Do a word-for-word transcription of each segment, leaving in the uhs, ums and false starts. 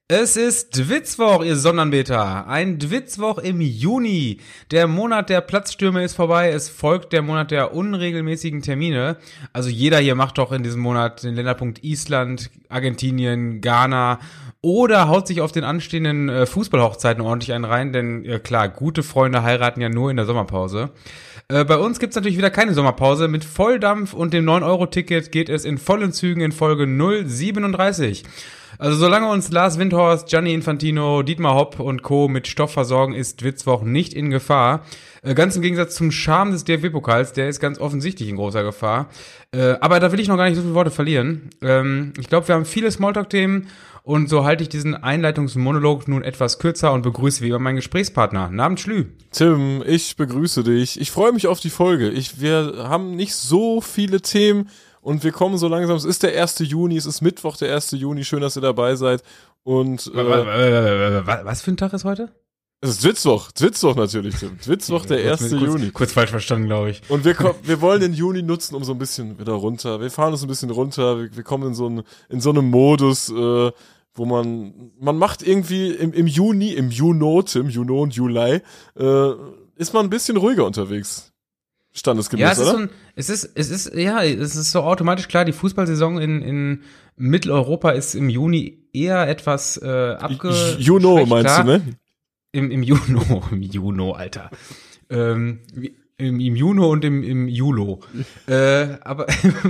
Es ist Dwitzwoch, ihr Sonnenanbeter. Ein Dwitzwoch im Juni. Der Monat der Platzstürme ist vorbei. Es folgt der Monat der unregelmäßigen Termine. Also jeder hier macht doch in diesem Monat den Länderpunkt Island, Argentinien, Ghana oder haut sich auf den anstehenden äh, Fußballhochzeiten ordentlich einen rein. Denn äh, klar, gute Freunde heiraten ja nur in der Sommerpause. Äh, bei uns gibt's natürlich wieder keine Sommerpause. Mit Volldampf und dem neun Euro Ticket geht es in vollen Zügen in Folge null siebenunddreißig. Also solange uns Lars Windhorst, Gianni Infantino, Dietmar Hopp und Co. mit Stoff versorgen, ist Dwitzwoch nicht in Gefahr. Äh, ganz im Gegensatz zum Charme des D F B-Pokals, der ist ganz offensichtlich in großer Gefahr. Äh, aber da will ich noch gar nicht so viele Worte verlieren. Ähm, ich glaube, wir haben viele Smalltalk-Themen und so halte ich diesen Einleitungsmonolog nun etwas kürzer und begrüße wie immer meinen Gesprächspartner. Namen Schlü. Tim, ich begrüße dich. Ich freue mich auf die Folge. Ich, wir haben nicht so viele Themen. Und wir kommen so langsam, es ist der erste Juni, es ist Mittwoch, der erste Juni, schön, dass ihr dabei seid. Und äh, was für ein Tag ist heute? Es ist Dwitzwoch, Dwitzwoch natürlich, Tim. Dwitzwoch, der erste kurz, Juni. Kurz falsch verstanden, glaube ich. Und wir, wir wollen den Juni nutzen, um so ein bisschen wieder runter. Wir fahren uns ein bisschen runter, wir, wir kommen in so, einen, in so einem Modus, äh, wo man, man macht irgendwie im, im Juni, im Juno, Tim, Juno und Juli, äh, ist man ein bisschen ruhiger unterwegs. Standesgemäß, ja, es oder? Ist so ein, es ist, es ist, ja, es ist so automatisch klar, die Fußballsaison in, in Mitteleuropa ist im Juni eher etwas äh, abge... Juno meinst klar. du, ne? Im, im Juno, im Juno, Alter. ähm, im, Im Juno und im, im Julo. äh, aber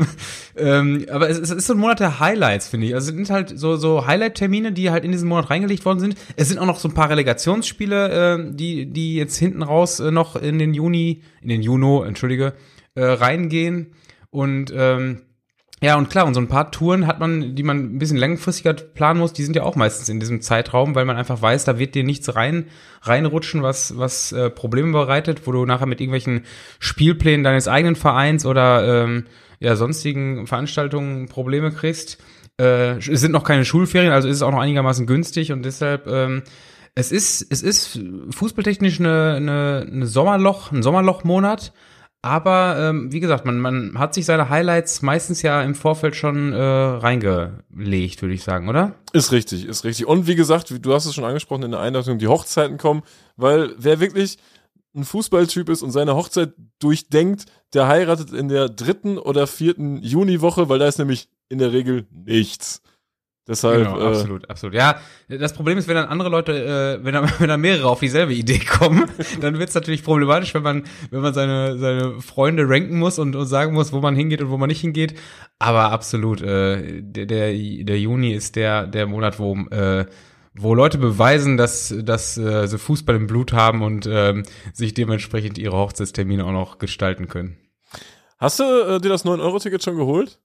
ähm, aber es, es ist so ein Monat der Highlights, finde ich. Also es sind halt so, so Highlight-Termine, die halt in diesen Monat reingelegt worden sind. Es sind auch noch so ein paar Relegationsspiele, äh, die die jetzt hinten raus äh, noch in den Juni, in den Juno, entschuldige, äh, reingehen. Und ähm, ja, und klar, und so ein paar Touren hat man, die man ein bisschen langfristiger planen muss, die sind ja auch meistens in diesem Zeitraum, weil man einfach weiß, da wird dir nichts rein reinrutschen, was was äh, Probleme bereitet, wo du nachher mit irgendwelchen Spielplänen deines eigenen Vereins oder ähm, ja sonstigen Veranstaltungen Probleme kriegst. Äh, es sind noch keine Schulferien, also ist es auch noch einigermaßen günstig und deshalb ähm, es ist es ist fußballtechnisch eine eine, eine Sommerloch, ein Sommerlochmonat. Aber ähm, wie gesagt, man man hat sich seine Highlights meistens ja im Vorfeld schon äh, reingelegt, würde ich sagen, oder? Ist richtig, ist richtig. Und wie gesagt, du hast es schon angesprochen in der Einleitung, die Hochzeiten kommen, weil wer wirklich ein Fußballtyp ist und seine Hochzeit durchdenkt, der heiratet in der dritten oder vierten Juniwoche, weil da ist nämlich in der Regel nichts. Deshalb, genau, äh, absolut, absolut. Ja, das Problem ist, wenn dann andere Leute, äh, wenn dann, wenn dann mehrere auf dieselbe Idee kommen, dann wird's natürlich problematisch, wenn man, wenn man seine, seine Freunde ranken muss und, und sagen muss, wo man hingeht und wo man nicht hingeht. Aber absolut, äh, der, der, der Juni ist der, der Monat, wo, äh, wo Leute beweisen, dass, dass äh, sie Fußball im Blut haben und ähm, sich dementsprechend ihre Hochzeitstermine auch noch gestalten können. Hast du äh, dir das neun Euro Ticket schon geholt?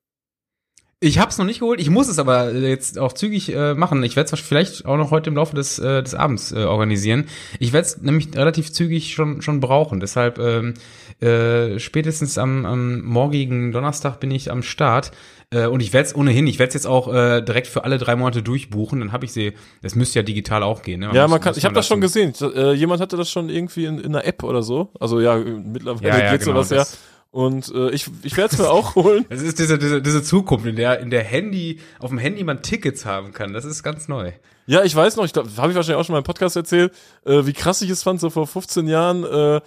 Ich hab's noch nicht geholt, ich muss es aber jetzt auch zügig äh, machen. Ich werde es vielleicht auch noch heute im Laufe des äh, des Abends äh, organisieren. Ich werde es nämlich relativ zügig schon schon brauchen. Deshalb ähm, äh, spätestens am, am morgigen Donnerstag bin ich am Start. Äh, und ich werde es ohnehin, ich werde es jetzt auch äh, direkt für alle drei Monate durchbuchen. Dann habe ich sie, das müsste ja digital auch gehen. Ne? Man ja, muss, man kann, muss ich habe man das schon gesehen. Äh, jemand hatte das schon irgendwie in, in einer App oder so. Also ja, mittlerweile ja, ja, geht's genau, sowas ja. Und äh, ich, ich werde es mir auch holen. Das ist diese, diese, diese Zukunft, in der, in der Handy, auf dem Handy man Tickets haben kann. Das ist ganz neu. Ja, ich weiß noch, ich glaube, habe ich wahrscheinlich auch schon mal im Podcast erzählt, äh, wie krass ich es fand, so vor fünfzehn Jahren, äh,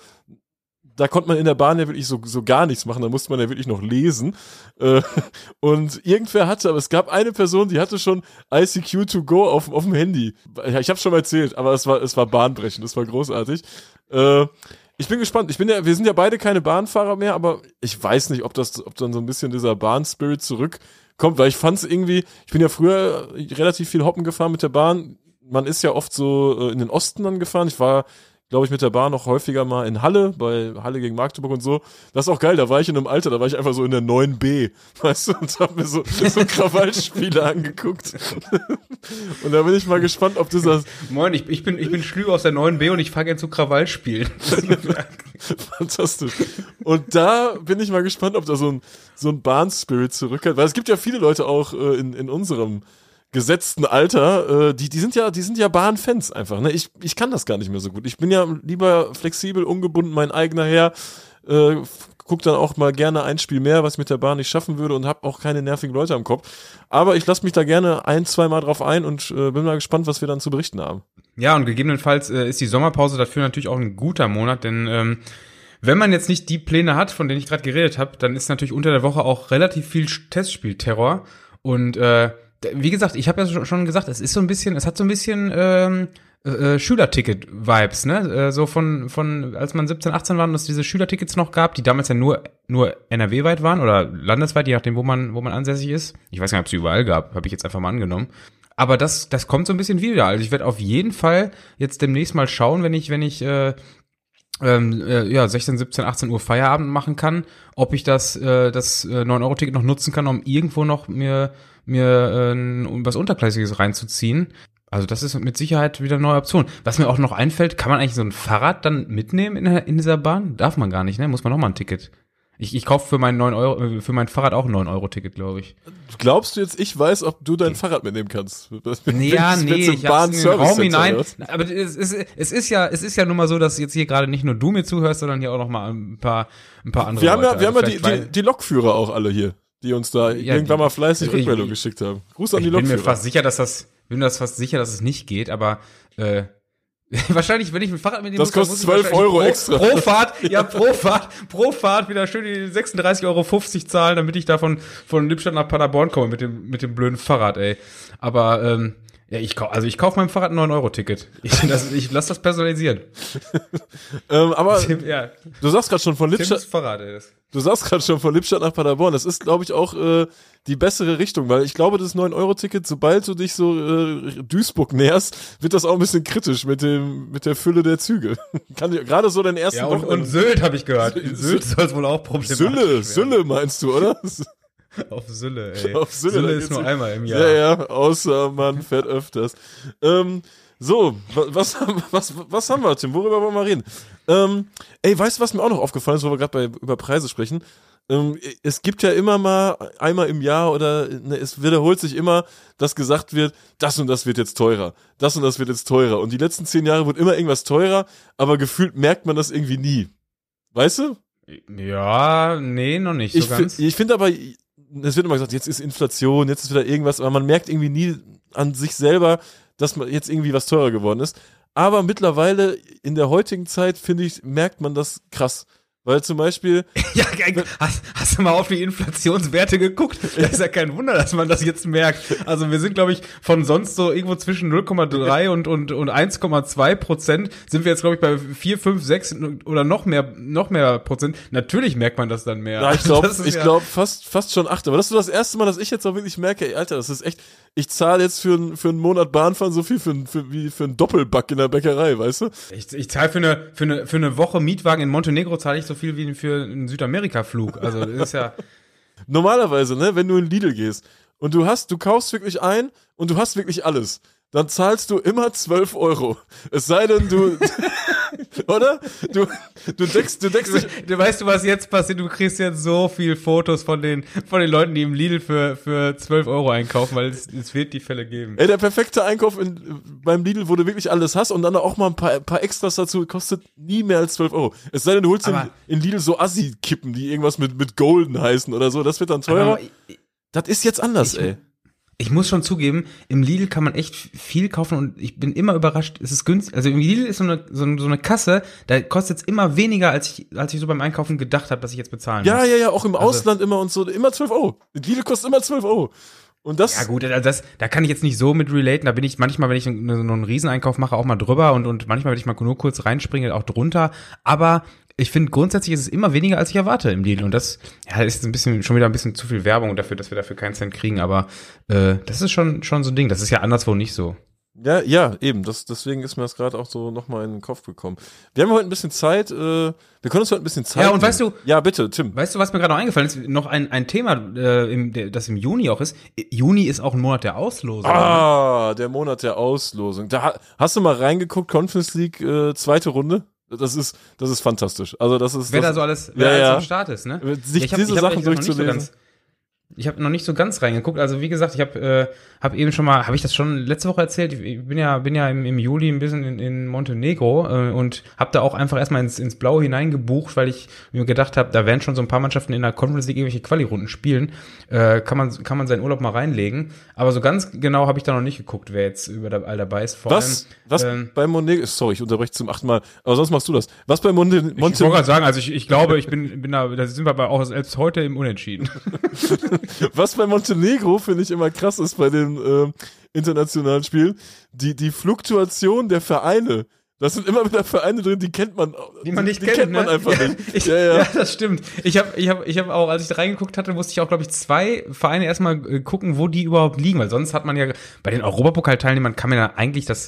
da konnte man in der Bahn ja wirklich so, so gar nichts machen, da musste man ja wirklich noch lesen. Äh, und irgendwer hatte, aber es gab eine Person, die hatte schon I C Q to go auf, auf dem Handy. Ich habe schon mal erzählt, aber es war, es war bahnbrechend, es war großartig. Äh, Ich bin gespannt. Ich bin ja, wir sind ja beide keine Bahnfahrer mehr, aber ich weiß nicht, ob das, ob dann so ein bisschen dieser Bahn-Spirit zurückkommt, weil ich fand's irgendwie, ich bin ja früher relativ viel Hoppen gefahren mit der Bahn. Man ist ja oft so in den Osten dann gefahren. Ich war, glaube ich, mit der Bahn noch häufiger mal in Halle, bei Halle gegen Magdeburg und so. Das ist auch geil, da war ich in einem Alter, da war ich einfach so in der neun B, weißt du, und hab mir so, so Krawallspiele angeguckt. Und da bin ich mal gespannt, ob dieser... Moin, ich, ich bin, ich bin Schlü aus der neun B und ich fange jetzt zu Krawallspielen. Fantastisch. Und da bin ich mal gespannt, ob da so ein, so ein Bahn-Spirit zurückkehrt, weil es gibt ja viele Leute auch äh, in, in unserem gesetzten Alter, äh, die, die sind ja, die sind ja Bahnfans einfach, ne? Ich, ich kann das gar nicht mehr so gut. Ich bin ja lieber flexibel, ungebunden, mein eigener Herr, äh, gucke dann auch mal gerne ein Spiel mehr, was ich mit der Bahn nicht schaffen würde und habe auch keine nervigen Leute am Kopf. Aber ich lasse mich da gerne ein, zwei Mal drauf ein und äh, bin mal gespannt, was wir dann zu berichten haben. Ja, und gegebenenfalls äh, ist die Sommerpause dafür natürlich auch ein guter Monat, denn ähm, wenn man jetzt nicht die Pläne hat, von denen ich gerade geredet habe, dann ist natürlich unter der Woche auch relativ viel Testspielterror. Und äh, wie gesagt, ich habe ja schon gesagt, es ist so ein bisschen, es hat so ein bisschen ähm, äh, Schülerticket-Vibes, ne? Äh, so von, von, als man siebzehn, achtzehn war und es diese Schülertickets noch gab, die damals ja nur nur N R W-weit waren oder landesweit, je nachdem, wo man wo man ansässig ist. Ich weiß gar nicht, ob es sie überall gab, habe ich jetzt einfach mal angenommen. Aber das, das kommt so ein bisschen wieder. Also ich werde auf jeden Fall jetzt demnächst mal schauen, wenn ich, wenn ich äh, ähm, äh, ja sechzehn, siebzehn, achtzehn Uhr Feierabend machen kann, ob ich das äh, das äh, neun Euro Ticket noch nutzen kann, um irgendwo noch mir mir äh, was Unterklassiges reinzuziehen. Also das ist mit Sicherheit wieder eine neue Option. Was mir auch noch einfällt, kann man eigentlich so ein Fahrrad dann mitnehmen in, der, in dieser Bahn? Darf man gar nicht, ne? Muss man noch mal ein Ticket. Ich, ich kaufe für mein neun Euro, für mein Fahrrad auch ein neun Euro Ticket, glaube ich. Glaubst du jetzt, ich weiß, ob du dein Fahrrad mitnehmen kannst? Nee, ja, nee, ich hab's in den Raum hinein. Aber es ist, es ist ja, es ist ja nun mal so, dass jetzt hier gerade nicht nur du mir zuhörst, sondern hier auch noch mal ein paar, ein paar andere wir haben Leute. Ja, wir also haben ja die, die, die Lokführer auch alle hier, die uns da ja, irgendwann mal fleißig ich, Rückmeldung geschickt haben. Gruß an die ich Lokführer. Ich bin mir fast sicher, dass das, bin mir das fast sicher, dass es nicht geht, aber, äh, wahrscheinlich, wenn ich mit Fahrrad mitnehmen das muss, kostet zwölf Euro pro, extra. Pro Fahrt, ja, pro Fahrt, pro Fahrt wieder schön die sechsunddreißig Euro fünfzig zahlen, damit ich da von, von Lippstadt nach Paderborn komme mit dem, mit dem blöden Fahrrad, ey. Aber, ähm, ja, ich kauf, also ich kaufe meinem Fahrrad ein neun Euro Ticket. Ich, das, ich lass das personalisieren. ähm, aber, Tim, ja. du sagst gerade schon von Lippstadt. Tims Fahrrad, ey. Das. Du sagst gerade schon von Lippstadt nach Paderborn. Das ist, glaube ich, auch äh, die bessere Richtung, weil ich glaube, das neun Euro Ticket, sobald du dich so äh, Duisburg näherst, wird das auch ein bisschen kritisch mit dem mit der Fülle der Züge. Kann gerade so den ersten Ja, und, und Sylt habe ich gehört. In Sylt soll es wohl auch problematisch Sylle, werden. Sylle meinst du, oder? Auf Sylle, ey. Auf Sylle, Sylle ist nur einmal im Jahr. Ja, ja, außer man fährt öfters. Ähm, so, was, was, was haben wir, Tim? Worüber wollen wir reden? Ähm, ey, weißt du, was mir auch noch aufgefallen ist, wo wir gerade bei über Preise sprechen? Ähm, es gibt ja immer mal, einmal im Jahr oder ne, es wiederholt sich immer, dass gesagt wird, das und das wird jetzt teurer, das und das wird jetzt teurer. Und die letzten zehn Jahre wird immer irgendwas teurer, aber gefühlt merkt man das irgendwie nie. Weißt du? Ja, nee, noch nicht ich so ganz. Ich finde aber, es wird immer gesagt, jetzt ist Inflation, jetzt ist wieder irgendwas, aber man merkt irgendwie nie an sich selber, dass man jetzt irgendwie was teurer geworden ist. Aber mittlerweile, in der heutigen Zeit, finde ich, merkt man das krass. Weil zum Beispiel... Ja, hast, hast du mal auf die Inflationswerte geguckt? Das ist ja kein Wunder, dass man das jetzt merkt. Also wir sind, glaube ich, von sonst so irgendwo zwischen null Komma drei und, und, und eins Komma zwei Prozent sind wir jetzt, glaube ich, bei vier, fünf, sechs oder noch mehr, noch mehr Prozent. Natürlich merkt man das dann mehr. Ja, ich glaube, ich ja glaube fast, fast schon acht. Aber das ist so das erste Mal, dass ich jetzt auch wirklich merke, ey, Alter, das ist echt, ich zahle jetzt für, ein, für einen Monat Bahnfahren so viel für, für, wie für einen Doppelback in der Bäckerei, weißt du? Ich, ich zahle für eine, für eine, für eine Woche Mietwagen in Montenegro zahle ich so viel wie für einen Südamerika-Flug. Also, das ist ja. Normalerweise, ne, wenn du in Lidl gehst und du hast, du kaufst wirklich ein und du hast wirklich alles, dann zahlst du immer zwölf Euro. Es sei denn, du, oder? Du, du deckst, du deckst dich. Du weißt du, was jetzt passiert? Du kriegst jetzt so viel Fotos von den, von den Leuten, die im Lidl für, für zwölf Euro einkaufen, weil es, es wird die Fälle geben. Ey, der perfekte Einkauf in, beim Lidl, wo du wirklich alles hast und dann auch mal ein paar, paar Extras dazu, kostet nie mehr als zwölf Euro. Es sei denn, du holst in, in Lidl so Assi-Kippen, die irgendwas mit, mit Golden heißen oder so, das wird dann teurer. Ich, das ist jetzt anders, ich, ey. Ich muss schon zugeben, im Lidl kann man echt viel kaufen und ich bin immer überrascht, es ist günstig. Also im Lidl ist so eine, so eine, so eine Kasse, da kostet es immer weniger, als ich, als ich so beim Einkaufen gedacht habe, dass ich jetzt bezahlen ja, muss. Ja, ja, ja, auch im also, Ausland immer und so, immer zwölf Euro. Lidl kostet immer zwölf Euro. Und das ja gut, das, da kann ich jetzt nicht so mit relaten, da bin ich manchmal, wenn ich einen, einen Rieseneinkauf mache, auch mal drüber und, und manchmal, wenn ich mal nur kurz reinspringe, auch drunter, aber ich finde, grundsätzlich ist es immer weniger, als ich erwarte im Lidl. Und das ja, ist jetzt ein bisschen, schon wieder ein bisschen zu viel Werbung dafür, dass wir dafür keinen Cent kriegen. Aber äh, das ist schon schon so ein Ding. Das ist ja anderswo nicht so. Ja, ja, eben. Das, deswegen ist mir das gerade auch so nochmal in den Kopf gekommen. Wir haben heute ein bisschen Zeit. Äh, wir können uns heute ein bisschen Zeit Ja, und nehmen. weißt du... Ja, bitte, Tim. Weißt du, was mir gerade noch eingefallen ist? Noch ein, ein Thema, äh, im, der, das im Juni auch ist. Juni ist auch ein Monat der Auslosung. Ah, ne? Der Monat der Auslosung. Da hast du mal reingeguckt, Conference League, äh, zweite Runde? Das ist, das ist fantastisch. Also das ist, wer das, da so alles, ja, wer ja. alles am Start ist, ne? Sich ja, hab, diese hab Sachen noch nicht durchzulesen. So Ich habe noch nicht so ganz reingeguckt. Also wie gesagt, ich habe äh, hab eben schon mal, habe ich das schon letzte Woche erzählt? Ich bin ja bin ja im, im Juli ein bisschen in, in Montenegro äh, und habe da auch einfach erstmal ins, ins Blaue hineingebucht, weil ich mir gedacht habe, da werden schon so ein paar Mannschaften in der Conference League irgendwelche Quali-Runden spielen. Äh, kann man kann man seinen Urlaub mal reinlegen. Aber so ganz genau habe ich da noch nicht geguckt, wer jetzt über all dabei ist. Vor was allem, was ähm, bei Montenegro, sorry, ich unterbreche zum achten Mal, aber sonst machst du das. Was bei Monte, ich wollte Montenegro, gerade sagen, also ich, ich glaube, ich bin bin da, da sind wir aber auch selbst heute im Unentschieden. was bei Montenegro finde ich immer krass ist bei den äh, internationalen Spielen, die die Fluktuation der Vereine. Das sind immer wieder Vereine drin, die kennt man, die man nicht die kennt, kennt man ne? einfach ja, nicht. Ich, ja, ja. ja, das stimmt. Ich habe ich hab, ich hab auch, als ich da reingeguckt hatte, musste ich auch, glaube ich, zwei Vereine erstmal äh, gucken, wo die überhaupt liegen, weil sonst hat man ja, bei den Europapokal-Teilnehmern kann man ja eigentlich das,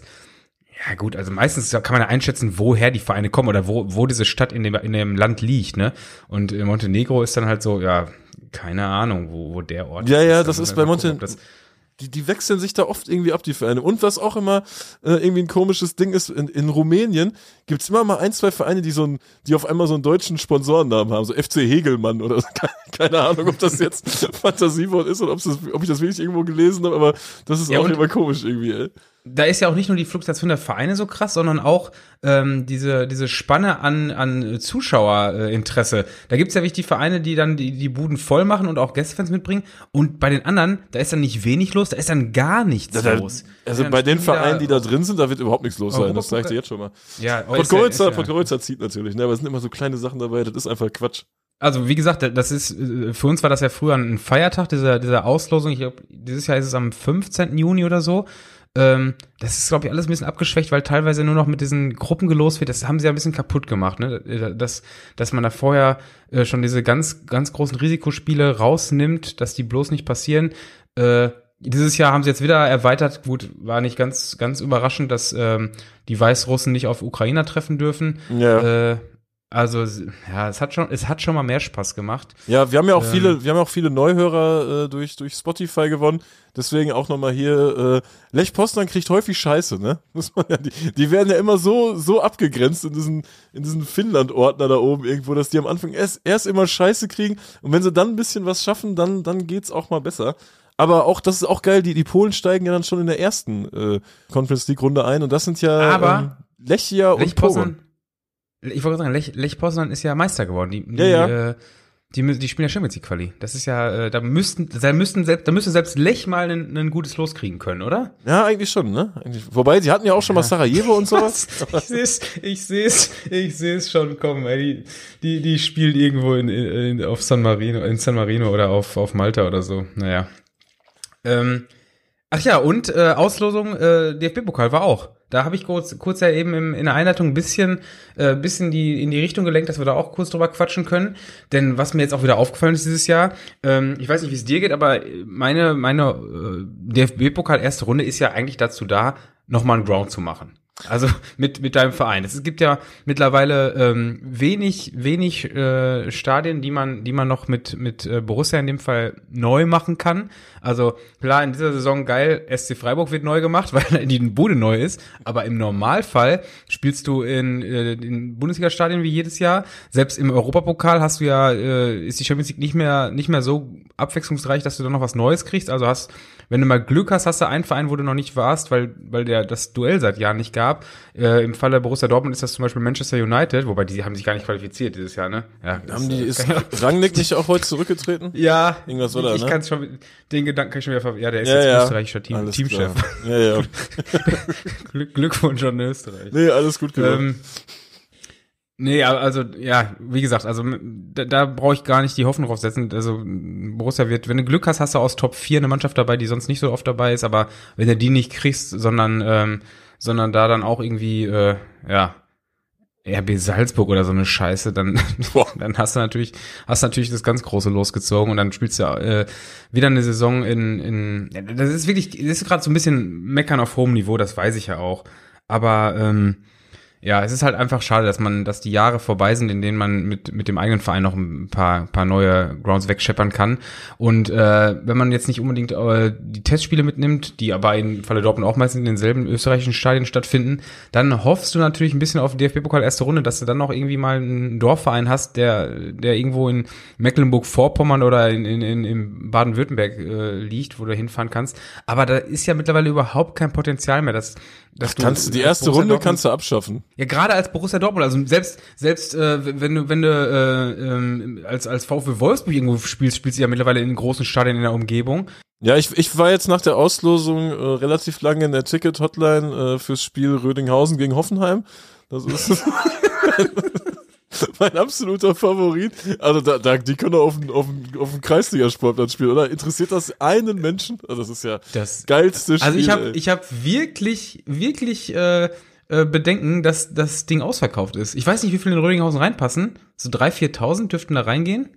ja gut, also meistens kann man ja einschätzen, woher die Vereine kommen oder wo wo diese Stadt in dem in dem Land liegt, ne? Und in Montenegro ist dann halt so, ja, keine Ahnung, wo wo der Ort ja, ist. Ja, ja, Da das muss ist man bei einfach gucken, Montenegro. ob das- Die, die wechseln sich da oft irgendwie ab, die Vereine. Und was auch immer äh, irgendwie ein komisches Ding ist, in, in Rumänien gibt's immer mal ein, zwei Vereine, die so ein, die auf einmal so einen deutschen Sponsorennamen haben, so F C Hegelmann oder so. Keine Ahnung, ob das jetzt Fantasiewort ist oder ob, das, ob ich das wirklich irgendwo gelesen habe, aber das ist Ja, auch und- immer komisch irgendwie, ey. Da ist ja auch nicht nur die Fluktuation der Vereine so krass, sondern auch ähm, diese diese Spanne an an Zuschauerinteresse. Da gibt's ja wirklich die Vereine, die dann die, die Buden voll machen und auch Gästefans mitbringen. Und bei den anderen, da ist dann nicht wenig los, da ist dann gar nichts Da, da, los. also Dann bei den spielen Vereinen, die da auch- drin sind, da wird überhaupt nichts los sein, das Europapokal- sag ich dir jetzt schon mal. Ja, aber ist ja- Podgorica, ist ja- Podgorica zieht natürlich, ne, aber es sind immer so kleine Sachen dabei, das ist einfach Quatsch. Also wie gesagt, das ist äh, für uns war das ja früher ein Feiertag dieser dieser Auslosung. Ich glaube, dieses Jahr ist es am fünfzehnten Juni oder so. Ähm, das ist, glaube ich, alles ein bisschen abgeschwächt, weil teilweise nur noch mit diesen Gruppen gelost wird. Das haben sie ja ein bisschen kaputt gemacht, ne? Dass, dass man da vorher äh, schon diese ganz, ganz großen Risikospiele rausnimmt, dass die bloß nicht passieren. Äh, dieses Jahr haben sie jetzt wieder erweitert. Gut, war nicht ganz, ganz überraschend, dass ähm, die Weißrussen nicht auf Ukrainer treffen dürfen. Ja. Äh, also, ja, es hat schon, es hat schon mal mehr Spaß gemacht. Ja, wir haben ja auch Ähm, viele, wir haben ja auch viele Neuhörer äh, durch durch Spotify gewonnen. Deswegen auch nochmal hier, äh, Lech Poznan kriegt häufig Scheiße, ne? Muss man ja, die, die werden ja immer so so abgegrenzt in diesen in diesen Finnland-Ordner da oben irgendwo, dass die am Anfang erst erst immer Scheiße kriegen und wenn sie dann ein bisschen was schaffen, dann dann geht's auch mal besser. Aber auch, das ist auch geil, die die Polen steigen ja dann schon in der ersten äh, Conference League Runde ein und das sind ja Aber ähm, Lechia und Lech Polen. Poznan, ich wollte sagen, Lech, Lech Poznan ist ja Meister geworden. Die, die, Ja, ja. Äh, die, mü- die spielen ja Champions League Quali. Das ist ja, äh, da müssten, da müssten selbst, da müsste selbst Lech mal ein, ein gutes Los kriegen können, oder? Ja, eigentlich schon, ne? Eigentlich, wobei, sie hatten ja auch schon mal Sarajevo und sowas. Ich seh's, ich seh's, ich seh's schon kommen, ey. Die, die, die spielen irgendwo in, in, auf San Marino, in San Marino oder auf, auf Malta oder so. Naja. Ähm, ach ja, und äh, Auslosung äh, D F B-Pokal war auch. Da habe ich kurz, kurz ja eben im, in der Einleitung ein bisschen, äh, bisschen die, in die Richtung gelenkt, dass wir da auch kurz drüber quatschen können. Denn was mir jetzt auch wieder aufgefallen ist dieses Jahr, ähm, ich weiß nicht, wie es dir geht, aber meine, meine äh, D F B-Pokal erste Runde ist ja eigentlich dazu da, nochmal einen Ground zu machen. Also mit mit deinem Verein. Es gibt ja mittlerweile ähm, wenig wenig äh, Stadien, die man die man noch mit mit äh, Borussia in dem Fall neu machen kann. Also klar, in dieser Saison geil, S C Freiburg wird neu gemacht, weil die Bude neu ist. Aber im Normalfall spielst du in äh, in Bundesliga-Stadien wie jedes Jahr. Selbst im Europapokal hast du ja äh, ist die Champions League nicht mehr nicht mehr so abwechslungsreich, dass du da noch was Neues kriegst. Also hast, wenn du mal Glück hast, hast du einen Verein, wo du noch nicht warst, weil weil der das Duell seit Jahren nicht gab. Äh, Im Fall der Borussia Dortmund ist das zum Beispiel Manchester United, wobei die haben sich gar nicht qualifiziert dieses Jahr, ne? Ja, das, Haben die, äh, ist kann ich- Rangnick nicht auch heute zurückgetreten? ja, Irgendwas war ich, da, ich ne? kann schon, den Gedanken kann ich schon wieder ver- ja, der ist Ja, jetzt ja. österreichischer Team, Alles Teamchef. klar. Ja, ja. Glück, Glückwunsch an Österreich. Nee, alles gut gemacht. Ähm, nee, also, ja, wie gesagt, also da, da brauche ich gar nicht die Hoffnung drauf setzen. Also Borussia wird, wenn du Glück hast, hast du aus Top vier eine Mannschaft dabei, die sonst nicht so oft dabei ist, aber wenn du die nicht kriegst, sondern ähm, sondern da dann auch irgendwie, äh, ja, R B Salzburg oder so eine Scheiße, dann dann hast du natürlich hast du natürlich das ganz große losgezogen und dann spielst du äh, wieder eine Saison in in ja, das ist wirklich das ist gerade so ein bisschen Meckern auf hohem Niveau, das weiß ich ja auch, aber ähm, Ja, es ist halt einfach schade, dass man, dass die Jahre vorbei sind, in denen man mit mit dem eigenen Verein noch ein paar paar neue Grounds wegscheppern kann. Und äh, wenn man jetzt nicht unbedingt äh, die Testspiele mitnimmt, die aber im Falle Dortmund auch meistens in denselben österreichischen Stadien stattfinden, dann hoffst du natürlich ein bisschen auf den D F B-Pokal erste Runde, dass du dann noch irgendwie mal einen Dorfverein hast, der der irgendwo in Mecklenburg-Vorpommern oder in in, in, in Baden-Württemberg äh, liegt, wo du hinfahren kannst. Aber da ist ja mittlerweile überhaupt kein Potenzial mehr, dass dass Ach, kannst du die erste Runde Dortmund, kannst du abschaffen. Ja, gerade als Borussia Dortmund, also selbst selbst äh, wenn du wenn du äh, ähm, als als VfB Wolfsburg irgendwo spielst, spielst du ja mittlerweile in großen Stadien in der Umgebung. Ja, ich ich war jetzt nach der Auslosung äh, relativ lange in der Ticket-Hotline äh, fürs Spiel Rödinghausen gegen Hoffenheim. Das ist mein absoluter Favorit. Also da, da die können auf dem auf dem auf dem Kreisliga-Sportplatz spielen, oder? Interessiert das einen Menschen? Also das ist ja das geilste Spiel. Also ich habe ich habe wirklich wirklich äh, äh, Bedenken, dass das Ding ausverkauft ist. Ich weiß nicht, wie viele in Rödinghausen reinpassen. So dreitausend, viertausend dürften da reingehen.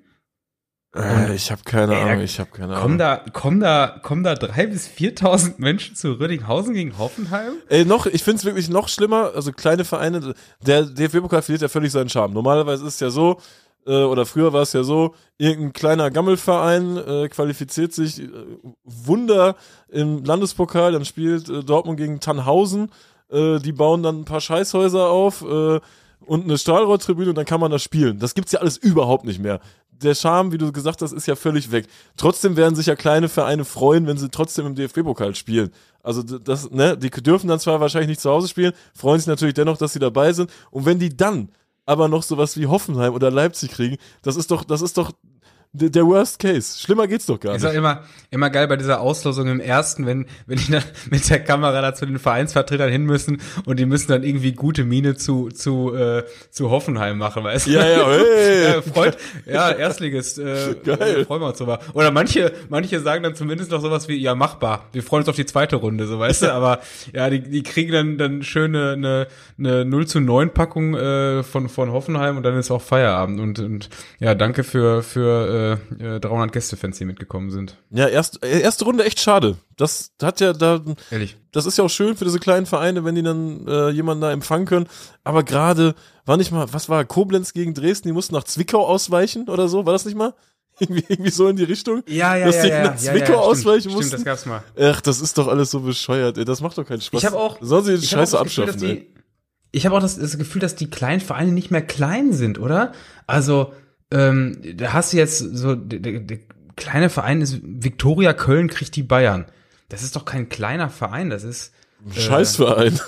Äh, ich habe keine Ey, Ahnung, ich habe keine Ahnung. Kommen da, kommen da, kommen da drei bis viertausend Menschen zu Rödinghausen gegen Hoffenheim? Ey, noch, ich find's wirklich noch schlimmer, also kleine Vereine, der D F B-Pokal verliert ja völlig seinen Charme. Normalerweise ist es ja so, äh, oder früher war es ja so, irgendein kleiner Gammelverein äh, qualifiziert sich äh, Wunder im Landespokal, dann spielt äh, Dortmund gegen Tannhausen, äh, die bauen dann ein paar Scheißhäuser auf, äh, und eine Stahlrohrtribüne und dann kann man das spielen. Das gibt's ja alles überhaupt nicht mehr. Der Charme, wie du gesagt hast, ist ja völlig weg. Trotzdem werden sich ja kleine Vereine freuen, wenn sie trotzdem im D F B-Pokal spielen. Also das, ne, die dürfen dann zwar wahrscheinlich nicht zu Hause spielen, freuen sich natürlich dennoch, dass sie dabei sind. Und wenn die dann aber noch sowas wie Hoffenheim oder Leipzig kriegen, das ist doch, das ist doch der, der Worst Case. Schlimmer geht's doch gar nicht. Ist auch immer, immer geil bei dieser Auslosung im ersten, wenn, wenn die dann mit der Kamera da zu den Vereinsvertretern hin müssen und die müssen dann irgendwie gute Miene zu, zu, äh, zu Hoffenheim machen, weißt du? Ja, ja, hey. ja, freut, ja, Erstligist, äh, geil. freuen wir uns drüber. Oder manche, manche sagen dann zumindest noch sowas wie, ja, machbar. Wir freuen uns auf die zweite Runde, so, weißt du? Aber, ja, die, die kriegen dann, dann schöne, eine, eine null zu neun Packung, äh, von, von Hoffenheim und dann ist auch Feierabend und, und, ja, danke für, für, äh, dreihundert Gästefans, die mitgekommen sind. Ja, erst, erste Runde echt schade. Das hat ja da, Ehrlich. Das ist ja auch schön für diese kleinen Vereine, wenn die dann äh, jemanden da empfangen können. Aber gerade, war nicht mal, was war, Koblenz gegen Dresden, die mussten nach Zwickau ausweichen oder so, war das nicht mal? Irgendwie, irgendwie so in die Richtung? Ja, ja, dass ja. die ja, nach ja, Zwickau ja, ausweichen stimmt, mussten. Stimmt, das gab's mal. Ach, das ist doch alles so bescheuert, ey. Das macht doch keinen Spaß. Ich habe auch, Sollen sie die Scheiße auch das Gefühl, abschaffen, die, ey. Ich habe auch das, das Gefühl, dass die kleinen Vereine nicht mehr klein sind, oder? Also, ähm, da hast du jetzt so, der, der, der kleine Verein ist, Viktoria Köln kriegt die Bayern. Das ist doch kein kleiner Verein, das ist äh, Scheißverein.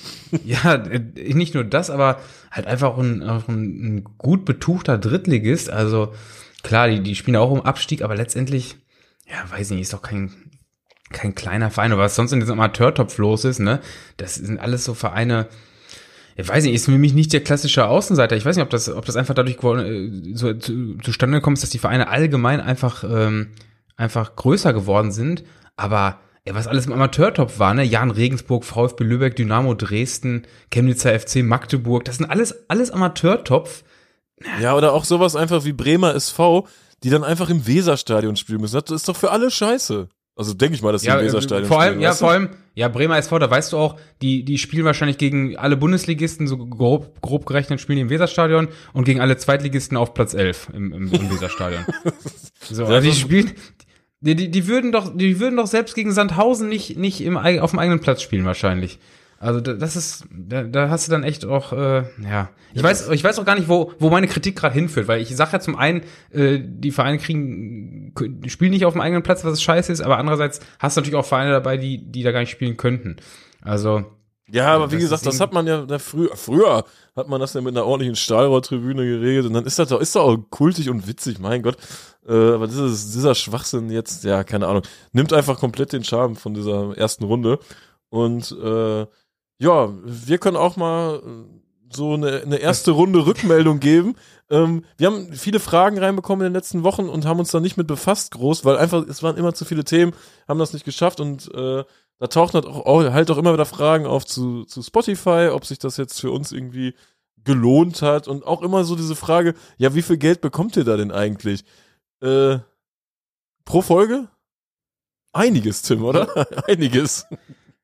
Ja, nicht nur das, aber halt einfach ein, auch ein, ein gut betuchter Drittligist. Also klar, die, die spielen auch um Abstieg, aber letztendlich, ja, weiß nicht, ist doch kein kein kleiner Verein. Aber was sonst in diesem Amateurtopf los ist, ne, das sind alles so Vereine. Ich weiß nicht, ist für mich nicht der klassische Außenseiter. Ich weiß nicht, ob das, ob das einfach dadurch so zu, zustande gekommen ist, dass die Vereine allgemein einfach, ähm, einfach größer geworden sind. Aber ja, was alles im Amateurtopf war, ne? Jan Regensburg, VfB Lübeck, Dynamo Dresden, Chemnitzer F C, Magdeburg, das sind alles, alles Amateurtopf. Ja, oder auch sowas einfach wie Bremer S V, die dann einfach im Weserstadion spielen müssen. Das ist doch für alle scheiße. Also denke ich mal, dass die ja, im Weserstadion vor allem, spielen. Ja, weißt du? vor allem, ja, Bremer S V, da weißt du auch, die, die spielen wahrscheinlich gegen alle Bundesligisten, so grob, grob gerechnet spielen die im Weserstadion und gegen alle Zweitligisten auf Platz elf im, im, im Weserstadion. So, also die spielen, die, die, die würden doch, die würden doch selbst gegen Sandhausen nicht, nicht im, auf dem eigenen Platz spielen wahrscheinlich. Also das ist, da, da hast du dann echt auch, äh, ja. Ich weiß, ich weiß auch gar nicht, wo, wo meine Kritik gerade hinführt, weil ich sage ja zum einen, äh, die Vereine kriegen, spielen nicht auf dem eigenen Platz, was scheiße ist, aber andererseits hast du natürlich auch Vereine dabei, die, die da gar nicht spielen könnten. Also. Ja, aber wie gesagt, das hat man ja da früher, früher hat man das ja mit einer ordentlichen Stahlrohrtribüne geregelt und dann ist das doch, ist doch auch kultig und witzig, mein Gott. Äh, aber dieses, dieser Schwachsinn jetzt, ja, keine Ahnung, nimmt einfach komplett den Charme von dieser ersten Runde und, äh, ja, wir können auch mal so eine, eine erste Runde Rückmeldung geben. Ähm, wir haben viele Fragen reinbekommen in den letzten Wochen und haben uns da nicht mit befasst groß, weil einfach, es waren immer zu viele Themen, haben das nicht geschafft und äh, da tauchen halt auch, halt auch immer wieder Fragen auf zu, zu Spotify, ob sich das jetzt für uns irgendwie gelohnt hat und auch immer so diese Frage, ja, wie viel Geld bekommt ihr da denn eigentlich? Äh, pro Folge? Einiges, Tim, oder? Einiges.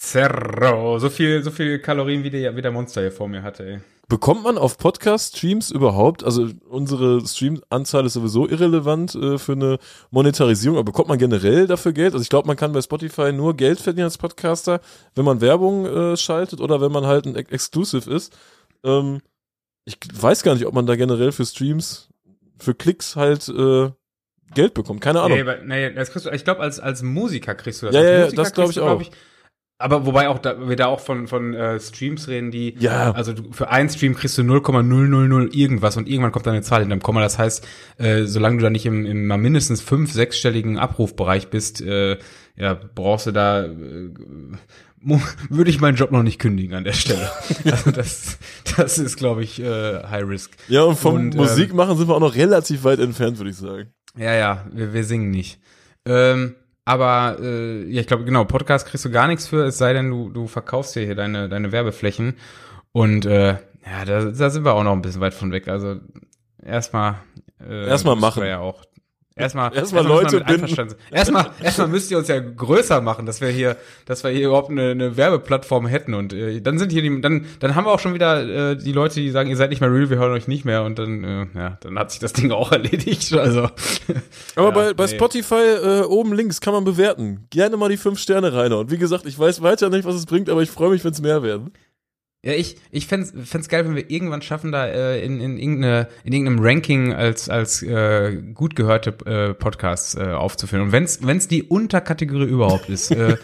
Zerro. So viel, so viel Kalorien, wie der, wie der Monster hier vor mir hatte, ey. Bekommt man auf Podcast-Streams überhaupt, also unsere Stream-Anzahl ist sowieso irrelevant äh, für eine Monetarisierung, aber bekommt man generell dafür Geld? Also ich glaube, man kann bei Spotify nur Geld verdienen als Podcaster, wenn man Werbung äh, schaltet oder wenn man halt ein Ex- Exclusive ist. Ähm, ich weiß gar nicht, ob man da generell für Streams, für Klicks halt äh, Geld bekommt, keine Ahnung. Nee, aber, nee, das kriegst du, ich glaube, als, als Musiker kriegst du das. Ja, als ja, Musiker das glaube ich kriegst du, auch. glaub ich, aber wobei auch da, wir da auch von, von äh, Streams reden, die, Ja. also du, für einen Stream kriegst du null Komma null null null irgendwas und irgendwann kommt da eine Zahl hinterm Komma. Das heißt, äh, solange du da nicht im, im mal mindestens fünf-, sechsstelligen Abrufbereich bist, äh, ja, brauchst du da, äh, mu- würde ich meinen Job noch nicht kündigen an der Stelle. Also das, das ist, glaube ich, äh, High Risk. Ja, und vom Und, ähm, Musik machen sind wir auch noch relativ weit entfernt, würde ich sagen. Ja, ja, wir, wir singen nicht. Ähm, aber äh, ja, ich glaube, genau, Podcast kriegst du gar nichts für, es sei denn, du, du verkaufst dir hier deine, deine Werbeflächen. Und äh, ja, da, da sind wir auch noch ein bisschen weit von weg. Also erstmal äh, Erstmal müssen machen. wir ja auch. Erstmal, Erstmal müssen Leute wir mit binden. einverstanden sein. Erstmal, erstmal müsst ihr uns ja größer machen, dass wir hier, dass wir hier überhaupt eine, eine Werbeplattform hätten. Und äh, dann sind hier die, dann, dann haben wir auch schon wieder äh, die Leute, die sagen, ihr seid nicht mehr real, wir hören euch nicht mehr. Und dann, äh, ja, dann hat sich das Ding auch erledigt. Also. Aber Ja, bei, bei nee. Spotify äh, oben links kann man bewerten. Gerne mal die fünf Sterne rein. Und wie gesagt, ich weiß weiter nicht, was es bringt, aber ich freue mich, wenn es mehr werden. Ja, ich, ich fänd's, fänd's geil, wenn wir irgendwann schaffen, da äh, in, in, irgendeine, in irgendeinem Ranking als, als äh, gut gehörte äh, Podcasts äh, aufzuführen. Und wenn's, wenn's die Unterkategorie überhaupt ist. Äh,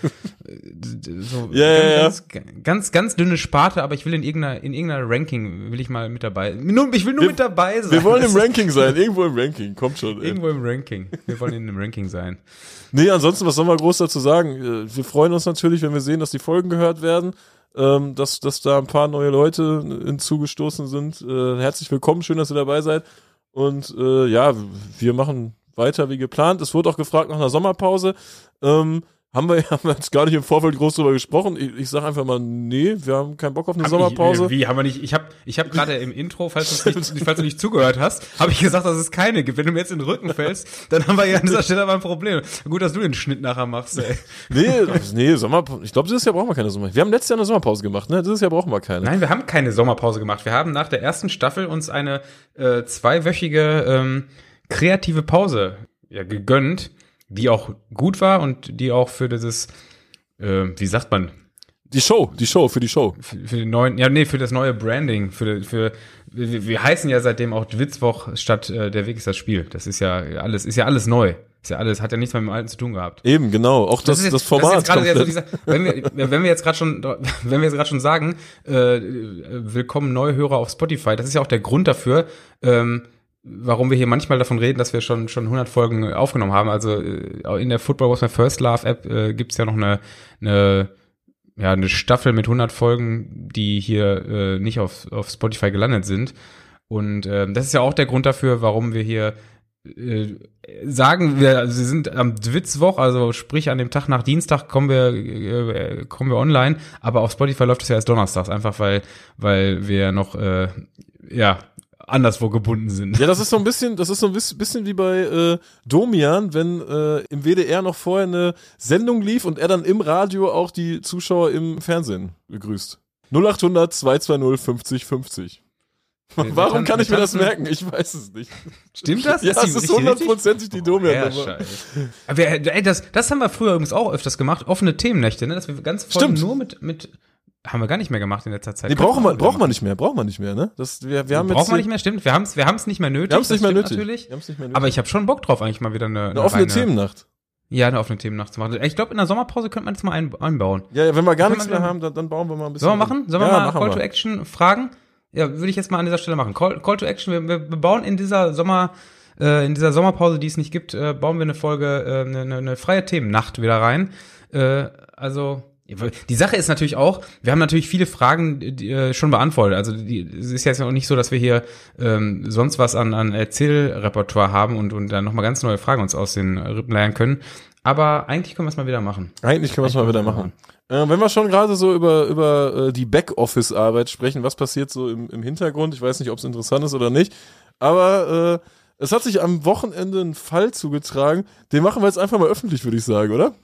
d- d- so Ja, ja, ja. ganz, ganz, ganz dünne Sparte, aber ich will in irgendeiner, in irgendeiner Ranking, will ich mal mit dabei. Nur, ich will nur Wir- mit dabei sein. Wir wollen im Das ist Ranking sein. Irgendwo im Ranking. Kommt schon. Ey. Irgendwo im Ranking. Wir wollen in einem Ranking sein. Nee, ansonsten, was soll man groß dazu sagen? Äh, Wir freuen uns natürlich, wenn wir sehen, dass die Folgen gehört werden. Ähm, dass, dass da ein paar neue Leute hinzugestoßen sind. Äh, herzlich willkommen, schön, dass ihr dabei seid. Und äh, ja, wir machen weiter wie geplant. Es wurde auch gefragt nach einer Sommerpause. Ähm, haben wir, haben wir jetzt gar nicht im Vorfeld groß drüber gesprochen. Ich, ich sage einfach mal, nee, wir haben keinen Bock auf eine Hab Sommerpause. Ich, wie, haben wir nicht, ich habe ich hab gerade im Intro, falls, du nicht, falls du nicht zugehört hast, habe ich gesagt, dass es keine gibt. Wenn du mir jetzt in den Rücken fällst, dann haben wir ja an dieser Stelle aber ein Problem. Gut, dass du den Schnitt nachher machst, ey. Nee, nee, Sommerpause. Ich glaube, dieses Jahr brauchen wir keine Sommerpause. Wir haben letztes Jahr eine Sommerpause gemacht, ne? Dieses Jahr brauchen wir keine. Nein, wir haben keine Sommerpause gemacht. Wir haben nach der ersten Staffel uns eine äh, zweiwöchige ähm, kreative Pause ja, gegönnt, die auch gut war und die auch für dieses, äh, wie sagt man, Die Show, die Show, für die Show. für, für den neuen, ja nee, für das neue Branding, für, für wir, wir heißen ja seitdem auch Dwitzwoch statt äh, der Weg ist das Spiel. Das ist ja alles, ist ja alles neu. Ist ja alles, hat ja nichts mehr mit dem Alten zu tun gehabt. Eben, genau. Auch das, das, ist jetzt- das Format. Das ist jetzt gerade so komplett. dieser, wenn wir, wenn wir jetzt gerade schon, wenn wir jetzt gerade schon sagen, äh, willkommen Neuhörer auf Spotify, das ist ja auch der Grund dafür, ähm, warum wir hier manchmal davon reden, dass wir schon schon hundert Folgen aufgenommen haben. Also äh, in der Football Was My First Love App äh, gibt's ja noch eine, eine ja eine Staffel mit hundert Folgen, die hier äh, nicht auf auf Spotify gelandet sind. Und äh, das ist ja auch der Grund dafür, warum wir hier äh, sagen wir, also wir sind am Dwitzwoch, also sprich an dem Tag nach Dienstag kommen wir äh, kommen wir online, aber auf Spotify läuft es ja erst donnerstags, einfach weil weil wir noch äh, ja anderswo gebunden sind. Ja, das ist so ein bisschen, das ist so ein bis- bisschen wie bei äh, Domian, wenn äh, im W D R noch vorher eine Sendung lief und er dann im Radio auch die Zuschauer im Fernsehen begrüßt. null acht hundert zwei zwei null fünfzig fünfzig. Wir- Warum wir kann ich mir das tanzen- merken? Ich weiß es nicht. Stimmt das? Ja, die es ist richtig- hundertprozentig die Ja, Domian-Nummer. scheiße. Aber wir, ey, das, das haben wir früher übrigens auch öfters gemacht, offene Themennächte, ne? Dass wir ganz voll Stimmt. nur mit, mit, haben wir gar nicht mehr gemacht in letzter Zeit. Nee, Könnten brauchen wir, auch brauchen wieder wir nicht mehr, brauchen wir nicht mehr, ne? Das, wir, wir haben machen. jetzt Brauchen wir nicht mehr, stimmt. Wir haben es wir haben's nicht mehr nötig. Wir haben es nicht das mehr stimmt nötig. Natürlich. Wir haben's nicht mehr nötig. Aber ich habe schon Bock drauf, eigentlich mal wieder eine, eine offene reine- Themennacht. Ja, eine offene Themennacht zu machen. Ich glaube, in der Sommerpause könnte man das mal ein, einbauen. Ja, ja, wenn wir gar Können nichts wir mehr dann- haben, dann, dann bauen wir mal ein bisschen. Sollen wir machen? Sollen wir ja, mal machen Call wir. to Action fragen? Ja, würde ich jetzt mal an dieser Stelle machen. Call, Call to Action, wir, wir, wir bauen in dieser Sommer, äh, in dieser Sommerpause, die es nicht gibt, äh, bauen wir eine Folge, äh, eine, eine, eine freie Themennacht wieder rein. Äh, also, die Sache ist natürlich auch, wir haben natürlich viele Fragen die, äh, schon beantwortet. Also die, es ist jetzt auch nicht so, dass wir hier ähm, sonst was an, an Erzählrepertoire haben und, und dann nochmal ganz neue Fragen uns aus den Rippen leiern können. Aber eigentlich können wir es mal wieder machen. Eigentlich können wir es mal wieder machen. Äh, wenn wir schon gerade so über, über äh, die Backoffice-Arbeit sprechen, was passiert so im, im Hintergrund? Ich weiß nicht, ob es interessant ist oder nicht. Aber äh, es hat sich am Wochenende ein Fall zugetragen. Den machen wir jetzt einfach mal öffentlich, würde ich sagen, oder?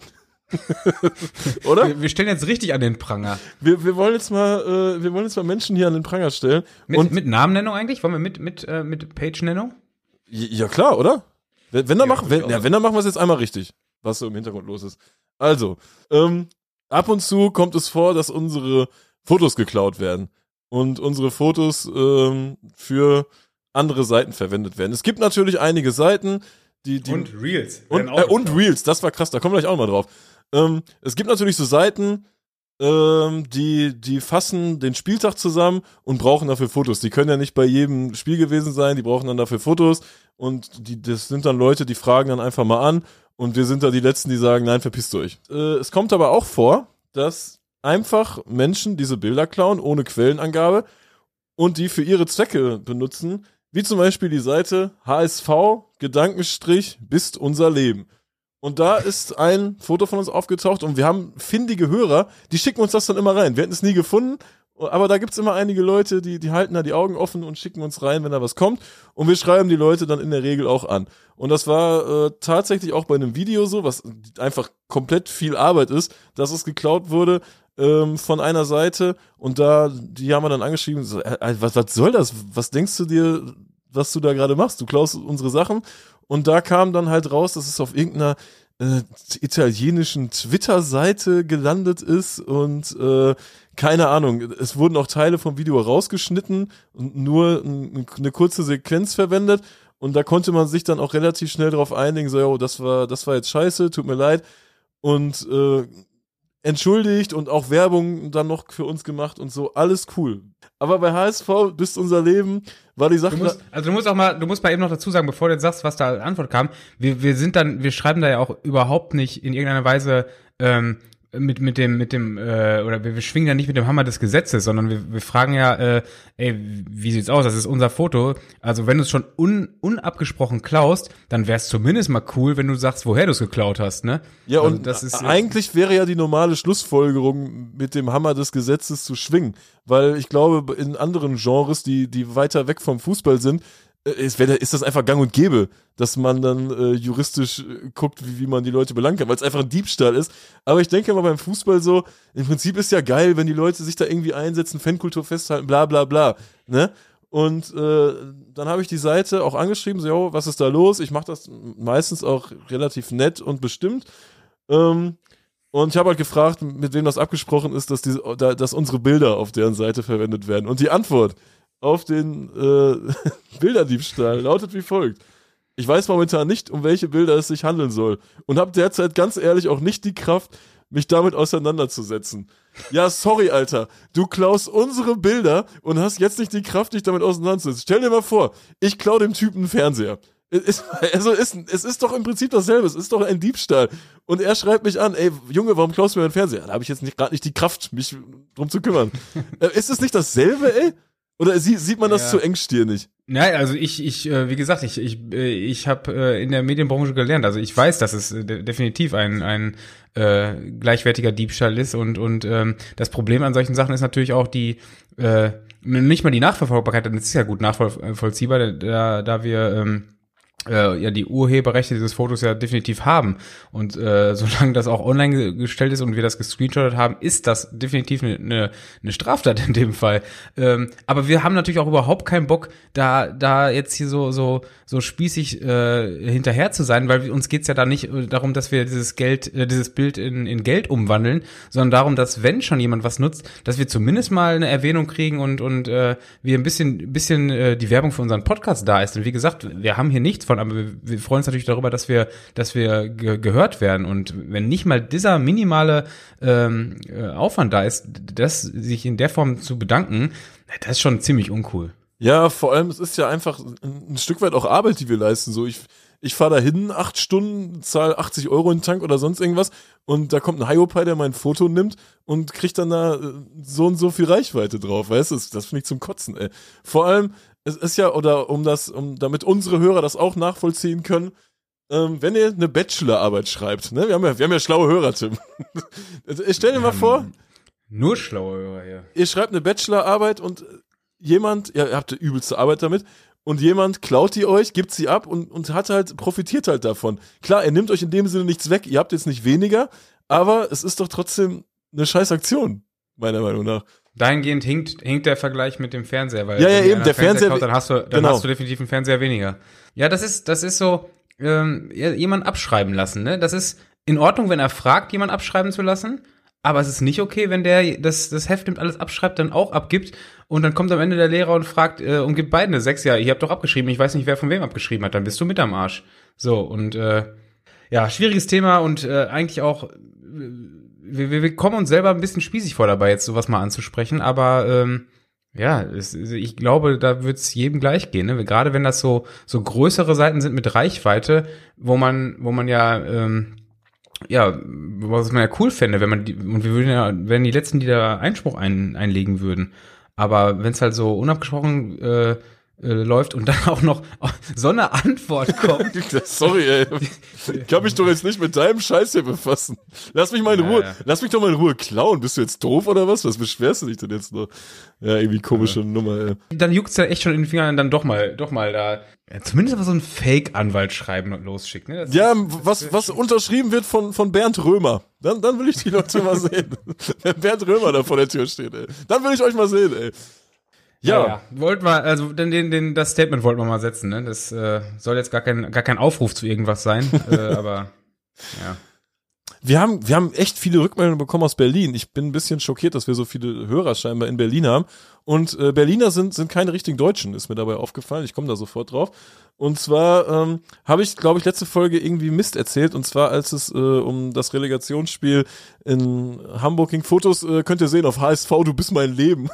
Oder? Wir, wir stellen jetzt richtig an den Pranger. Wir, wir wollen jetzt mal, äh, wir wollen jetzt mal Menschen hier an den Pranger stellen. Mit, und mit Namennennung eigentlich? Wollen wir mit, mit, äh, mit Page-Nennung? Ja, klar, oder? Wenn, wenn, dann, Ja, machen, wenn, ja, wenn dann machen wir es jetzt einmal richtig, was so im Hintergrund los ist. Also, ähm, ab und zu kommt es vor, dass unsere Fotos geklaut werden und unsere Fotos ähm, für andere Seiten verwendet werden. Es gibt natürlich einige Seiten, die... die und Reels. Und, äh, und Reels, das war krass, da kommen wir gleich auch mal drauf. Ähm, es gibt natürlich so Seiten, ähm, die, die fassen den Spieltag zusammen und brauchen dafür Fotos. Die können ja nicht bei jedem Spiel gewesen sein, die brauchen dann dafür Fotos und die, das sind dann Leute, die fragen dann einfach mal an und wir sind da die Letzten, die sagen, nein, verpisst euch. Äh, es kommt aber auch vor, dass einfach Menschen diese Bilder klauen, ohne Quellenangabe und die für ihre Zwecke benutzen, wie zum Beispiel die Seite H S V, Gedankenstrich, bist unser Leben. Und da ist ein Foto von uns aufgetaucht und wir haben findige Hörer, die schicken uns das dann immer rein. Wir hätten es nie gefunden, aber da gibt's immer einige Leute, die, die halten da die Augen offen und schicken uns rein, wenn da was kommt. Und wir schreiben die Leute dann in der Regel auch an. Und das war äh, tatsächlich auch bei einem Video so, was einfach komplett viel Arbeit ist, dass es geklaut wurde ähm, von einer Seite. Und da, die haben wir dann angeschrieben, so, äh, was, was soll das? Was denkst du dir, was du da gerade machst? Du klaust unsere Sachen. Und da kam dann halt raus, dass es auf irgendeiner äh, italienischen Twitter-Seite gelandet ist und äh, keine Ahnung, es wurden auch Teile vom Video rausgeschnitten und nur n- eine kurze Sequenz verwendet und da konnte man sich dann auch relativ schnell darauf einigen, so, jo, das war, das war jetzt scheiße, tut mir leid und äh, entschuldigt und auch Werbung dann noch für uns gemacht und so, alles cool. Aber bei H S V, bist unser Leben, war die Sache... Du musst, also du musst auch mal, du musst mal eben noch dazu sagen, bevor du jetzt sagst, was da als Antwort kam, wir, wir sind dann, wir schreiben da ja auch überhaupt nicht in irgendeiner Weise ähm, mit mit dem mit dem äh, oder wir, wir schwingen ja nicht mit dem Hammer des Gesetzes, sondern wir, wir fragen ja, äh, ey, wie sieht's aus? Das ist unser Foto. Also wenn du es schon un, unabgesprochen klaust, dann wäre es zumindest mal cool, wenn du sagst, woher du es geklaut hast, ne? Ja, also und das ist eigentlich wäre ja die normale Schlussfolgerung, mit dem Hammer des Gesetzes zu schwingen, weil ich glaube, in anderen Genres, die die weiter weg vom Fußball sind, ist, ist das einfach gang und gäbe, dass man dann äh, juristisch äh, guckt, wie, wie man die Leute belangen kann, weil es einfach ein Diebstahl ist. Aber ich denke mal beim Fußball so, im Prinzip ist ja geil, wenn die Leute sich da irgendwie einsetzen, Fankultur festhalten, bla bla bla. Ne? Und äh, dann habe ich die Seite auch angeschrieben, so, jo, was ist da los? Ich mache das meistens auch relativ nett und bestimmt. Ähm, und ich habe halt gefragt, mit wem das abgesprochen ist, dass, die, dass unsere Bilder auf deren Seite verwendet werden. Und die Antwort auf den äh, Bilderdiebstahl lautet wie folgt. Ich weiß momentan nicht, um welche Bilder es sich handeln soll und habe derzeit ganz ehrlich auch nicht die Kraft, mich damit auseinanderzusetzen. Ja, sorry, Alter. Du klaust unsere Bilder und hast jetzt nicht die Kraft, dich damit auseinanderzusetzen. Stell dir mal vor, ich klau dem Typen einen Fernseher. Es ist, also es, es ist doch im Prinzip dasselbe. Es ist doch ein Diebstahl. Und er schreibt mich an, ey, Junge, warum klaust du mir einen Fernseher? Da habe ich jetzt nicht, gerade nicht die Kraft, mich drum zu kümmern. äh, ist es nicht dasselbe, ey? Oder sie, sieht man das Ja. zu engstirnig? Nein, also ich, ich, äh, wie gesagt, ich, ich, äh, ich habe äh, in der Medienbranche gelernt. Also ich weiß, dass es äh, de- definitiv ein, ein äh, gleichwertiger Diebstahl ist und und ähm, das Problem an solchen Sachen ist natürlich auch die äh, nicht mal die Nachverfolgbarkeit. Denn es ist ja gut nachvollziehbar, da, da wir ähm, äh, ja die Urheberrechte dieses Fotos ja definitiv haben und äh, solange das auch online ge- gestellt ist und wir das gescreenshottet haben, ist das definitiv eine ne, ne Straftat in dem Fall. Ähm, aber wir haben natürlich auch überhaupt keinen Bock, da da jetzt hier so so so spießig äh, hinterher zu sein, weil wir, uns geht's ja da nicht äh, darum, dass wir dieses Geld, äh, dieses Bild in in Geld umwandeln, sondern darum, dass wenn schon jemand was nutzt, dass wir zumindest mal eine Erwähnung kriegen und und äh, wir ein bisschen bisschen äh, die Werbung für unseren Podcast da ist. Und wie gesagt, wir haben hier nichts von, aber wir, wir freuen uns natürlich darüber, dass wir dass wir ge- gehört werden. Und wenn nicht mal dieser minimale ähm, äh, Aufwand da ist, das sich in der Form zu bedanken, das ist schon ziemlich uncool. Ja, vor allem, es ist ja einfach ein, ein Stück weit auch Arbeit, die wir leisten. So, ich, ich fahre da hin, acht Stunden, zahle achtzig Euro in den Tank oder sonst irgendwas und da kommt ein Hiopai, der mein Foto nimmt und kriegt dann da äh, so und so viel Reichweite drauf, weißt du? Das, das finde ich zum Kotzen, ey. Vor allem, es ist ja, oder um das, um damit unsere Hörer das auch nachvollziehen können, ähm, wenn ihr eine Bachelorarbeit schreibt, ne? Wir haben ja, wir haben ja schlaue Hörer, Tim. Ich stell dir mal vor, Nur schlaue Hörer hier. ihr schreibt eine Bachelorarbeit und jemand, ja, ihr habt die übelste Arbeit damit und jemand klaut die euch, gibt sie ab und, und hat halt, profitiert halt davon. Klar, er nimmt euch in dem Sinne nichts weg, ihr habt jetzt nicht weniger, aber es ist doch trotzdem eine scheiß Aktion, meiner Meinung nach. Dahingehend hinkt, hinkt der Vergleich mit dem Fernseher, weil ja, ja, wenn eben, der Fernseher, kauft, dann hast du, dann genau. hast du definitiv einen Fernseher weniger. Ja, das ist, das ist so, ähm, jemand abschreiben lassen, ne? Das ist in Ordnung, wenn er fragt, jemand abschreiben zu lassen, aber es ist nicht okay, wenn der das, das Heft nimmt, alles abschreibt, dann auch abgibt und dann kommt am Ende der Lehrer und fragt äh, und gibt beiden eine sechs. Ja, ihr habt doch abgeschrieben, ich weiß nicht, wer von wem abgeschrieben hat, dann bist du mit am Arsch. So, und äh, ja, schwieriges Thema und äh, eigentlich auch, wir, wir, wir kommen uns selber ein bisschen spießig vor dabei, jetzt sowas mal anzusprechen, aber ähm, ja, es, ich glaube, da wird es jedem gleich gehen, ne? Gerade wenn das so so größere Seiten sind mit Reichweite, wo man wo man ja ähm, ja, was man ja cool fände, wenn man die, und wir würden ja, wären die Letzten, die da Einspruch ein, einlegen würden. Aber wenn es halt so unabgesprochen äh, äh, läuft und dann auch noch so eine Antwort kommt. Sorry, ey. Ich kann mich doch jetzt nicht mit deinem Scheiß hier befassen. Lass mich mal in Ruhe, ja, ja. lass mich doch mal in Ruhe klauen. Bist du jetzt doof oder was? Was beschwerst du dich denn jetzt noch? Ja, irgendwie komische ja. Nummer, ey. Dann juckt's ja echt schon in den Fingern, dann doch mal, doch mal da, ja, zumindest aber so ein Fake-Anwalt schreiben und losschickt, ne? Das ja, ist, was, was unterschrieben wird von, von Bernd Römer. Dann, dann will ich die Leute mal sehen. Wenn Bernd Römer da vor der Tür steht, ey. Dann will ich euch mal sehen, ey. Ja. ja, ja. Wollten wir, also den, den, den, das Statement wollten wir mal setzen, ne? Das äh, soll jetzt gar kein, gar kein Aufruf zu irgendwas sein, äh, aber ja. Wir haben, wir haben echt viele Rückmeldungen bekommen aus Berlin. Ich bin ein bisschen schockiert, dass wir so viele Hörer scheinbar in Berlin haben. Und äh, Berliner sind, sind keine richtigen Deutschen, ist mir dabei aufgefallen. Ich komme da sofort drauf. Und zwar ähm, habe ich, glaube ich, letzte Folge irgendwie Mist erzählt. Und zwar, als es äh, um das Relegationsspiel in Hamburg ging. Fotos äh, könnt ihr sehen auf H S V, du bist mein Leben.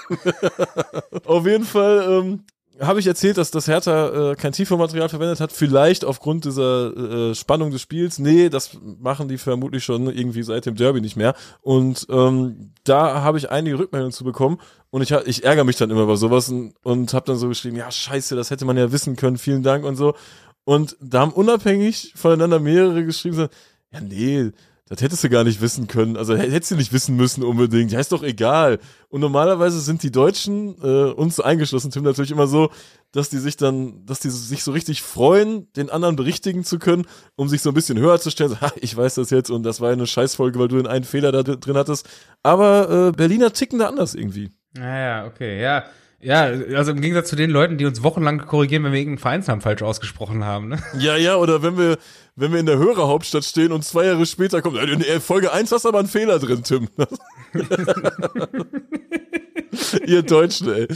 Auf jeden Fall ähm, habe ich erzählt, dass das Hertha äh, kein Tifo-Material verwendet hat, vielleicht aufgrund dieser äh, Spannung des Spiels. Nee, das machen die vermutlich schon irgendwie seit dem Derby nicht mehr. Und ähm, da habe ich einige Rückmeldungen zu bekommen und ich, ich ärgere mich dann immer über sowas und, und habe dann so geschrieben, ja scheiße, das hätte man ja wissen können, vielen Dank und so. Und da haben unabhängig voneinander mehrere geschrieben, so, ja nee, das hättest du gar nicht wissen können. Also hättest du nicht wissen müssen unbedingt. Ja, ist doch egal. Und normalerweise sind die Deutschen, äh, uns eingeschlossen, Tim, natürlich immer so, dass die sich dann, dass die sich so richtig freuen, den anderen berichtigen zu können, um sich so ein bisschen höher zu stellen. So, ha, ich weiß das jetzt und das war eine Scheißfolge, weil du den einen Fehler da drin hattest. Aber äh, Berliner ticken da anders irgendwie. Naja, okay, ja. Ja, also im Gegensatz zu den Leuten, die uns wochenlang korrigieren, wenn wir irgendeinen Vereinsnamen falsch ausgesprochen haben, ne? Ja, ja, oder wenn wir, wenn wir in der Hörerhauptstadt stehen und zwei Jahre später kommt, in Folge eins hast du aber einen Fehler drin, Tim. Ihr Deutschen, ey.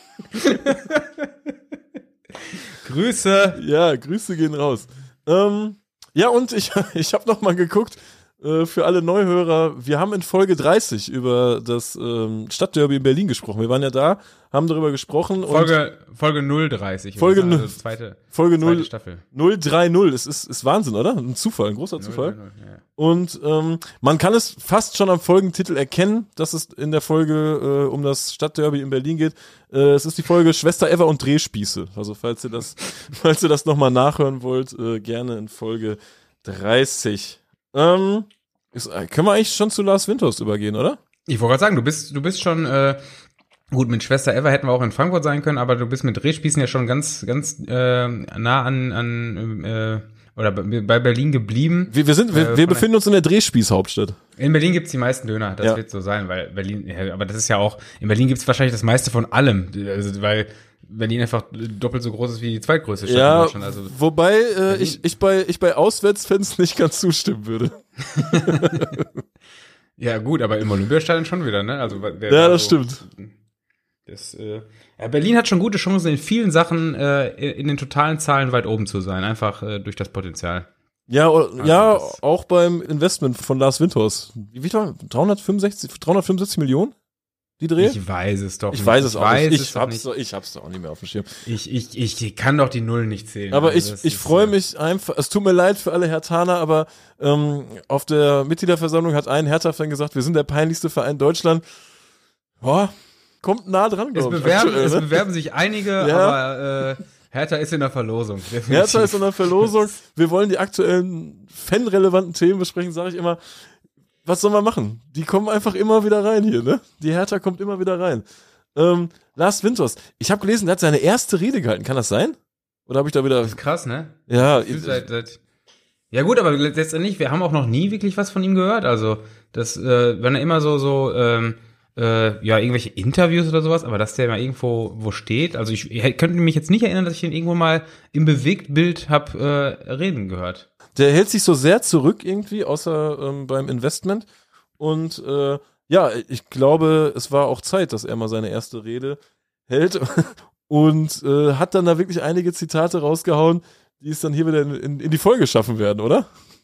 Grüße. Ja, Grüße gehen raus. Ähm, ja, und ich, ich habe noch mal geguckt, äh, für alle Neuhörer, wir haben in Folge dreißig über das ähm, Stadtderby in Berlin gesprochen. Wir waren ja da, haben darüber gesprochen. Folge, und Folge null dreißig. Folge, also zweite, Folge zweite null, Staffel. null drei null, es ist, ist Wahnsinn, oder? Ein Zufall, ein großer Zufall. null drei null, ja. Und ähm, man kann es fast schon am Folgentitel erkennen, dass es in der Folge äh, um das Stadtderby in Berlin geht. Äh, es ist die Folge Schwester Eva und Drehspieße. Also falls ihr das, falls ihr das nochmal nachhören wollt, äh, gerne in Folge dreißig. Ähm, ist, können wir eigentlich schon zu Lars Windhorst übergehen, oder? Ich wollte gerade sagen, du bist, du bist schon, äh, gut, mit Schwester Eva hätten wir auch in Frankfurt sein können, aber du bist mit Drehspießen ja schon ganz, ganz äh, nah an, an äh, oder bei Berlin geblieben. Wir, wir sind, wir, wir befinden uns in der Drehspießhauptstadt. In Berlin gibt's die meisten Döner, das ja. wird so sein, weil Berlin, ja, aber das ist ja auch, in Berlin gibt's wahrscheinlich das meiste von allem, also, weil Berlin einfach doppelt so groß ist wie die zweitgrößte Stadt ja, in Deutschland. Also wobei äh, ich, ich bei, ich bei Auswärtsfans nicht ganz zustimmen würde. Ja gut, aber im Olympiastadion schon wieder, ne? Also wer, ja, das so, stimmt. Das, äh, ja, Berlin hat schon gute Chancen, in vielen Sachen äh, in den totalen Zahlen weit oben zu sein, einfach äh, durch das Potenzial. Ja, also ja, auch beim Investment von Lars Windhorst. Wie viel? dreihundertfünfundsechzig, dreihundertfünfundsiebzig Millionen? Die Dreh? Ich weiß es doch ich nicht. Weiß es ich auch weiß nicht. Ich hab's nicht. Doch, ich hab's doch auch nicht mehr auf dem Schirm. Ich, ich, ich kann doch die Nullen nicht zählen. Aber also ich, ich freue äh, mich einfach, es tut mir leid für alle Herthaner, aber ähm, auf der Mitgliederversammlung hat ein Hertha-Fan gesagt, wir sind der peinlichste Verein Deutschland. Boah, kommt nah dran, glaube ich. Bewerben, aktuell, ne? Es bewerben sich einige, ja. aber äh, Hertha ist in der Verlosung. Definitiv. Hertha ist in der Verlosung. Wir wollen die aktuellen fanrelevanten Themen besprechen, sage ich immer. Was soll man machen? Die kommen einfach immer wieder rein hier, ne? Die Hertha kommt immer wieder rein. Ähm, Lars Windhorst, ich habe gelesen, der hat seine erste Rede gehalten. Kann das sein? Oder habe ich da wieder... Das ist krass, ne? Ja. Seit, seit, Ja gut, aber letztendlich, wir haben auch noch nie wirklich was von ihm gehört. Also, das, äh, wenn er immer so, so, ähm, äh, ja, irgendwelche Interviews oder sowas, aber dass der mal irgendwo wo steht. Also ich, ich könnte mich jetzt nicht erinnern, dass ich ihn irgendwo mal im Bewegtbild hab äh, reden gehört. Der hält sich so sehr zurück irgendwie, außer ähm, beim Investment. Und äh, ja, ich glaube, es war auch Zeit, dass er mal seine erste Rede hält. Und äh, hat dann da wirklich einige Zitate rausgehauen, die es dann hier wieder in, in, in die Folge schaffen werden, oder?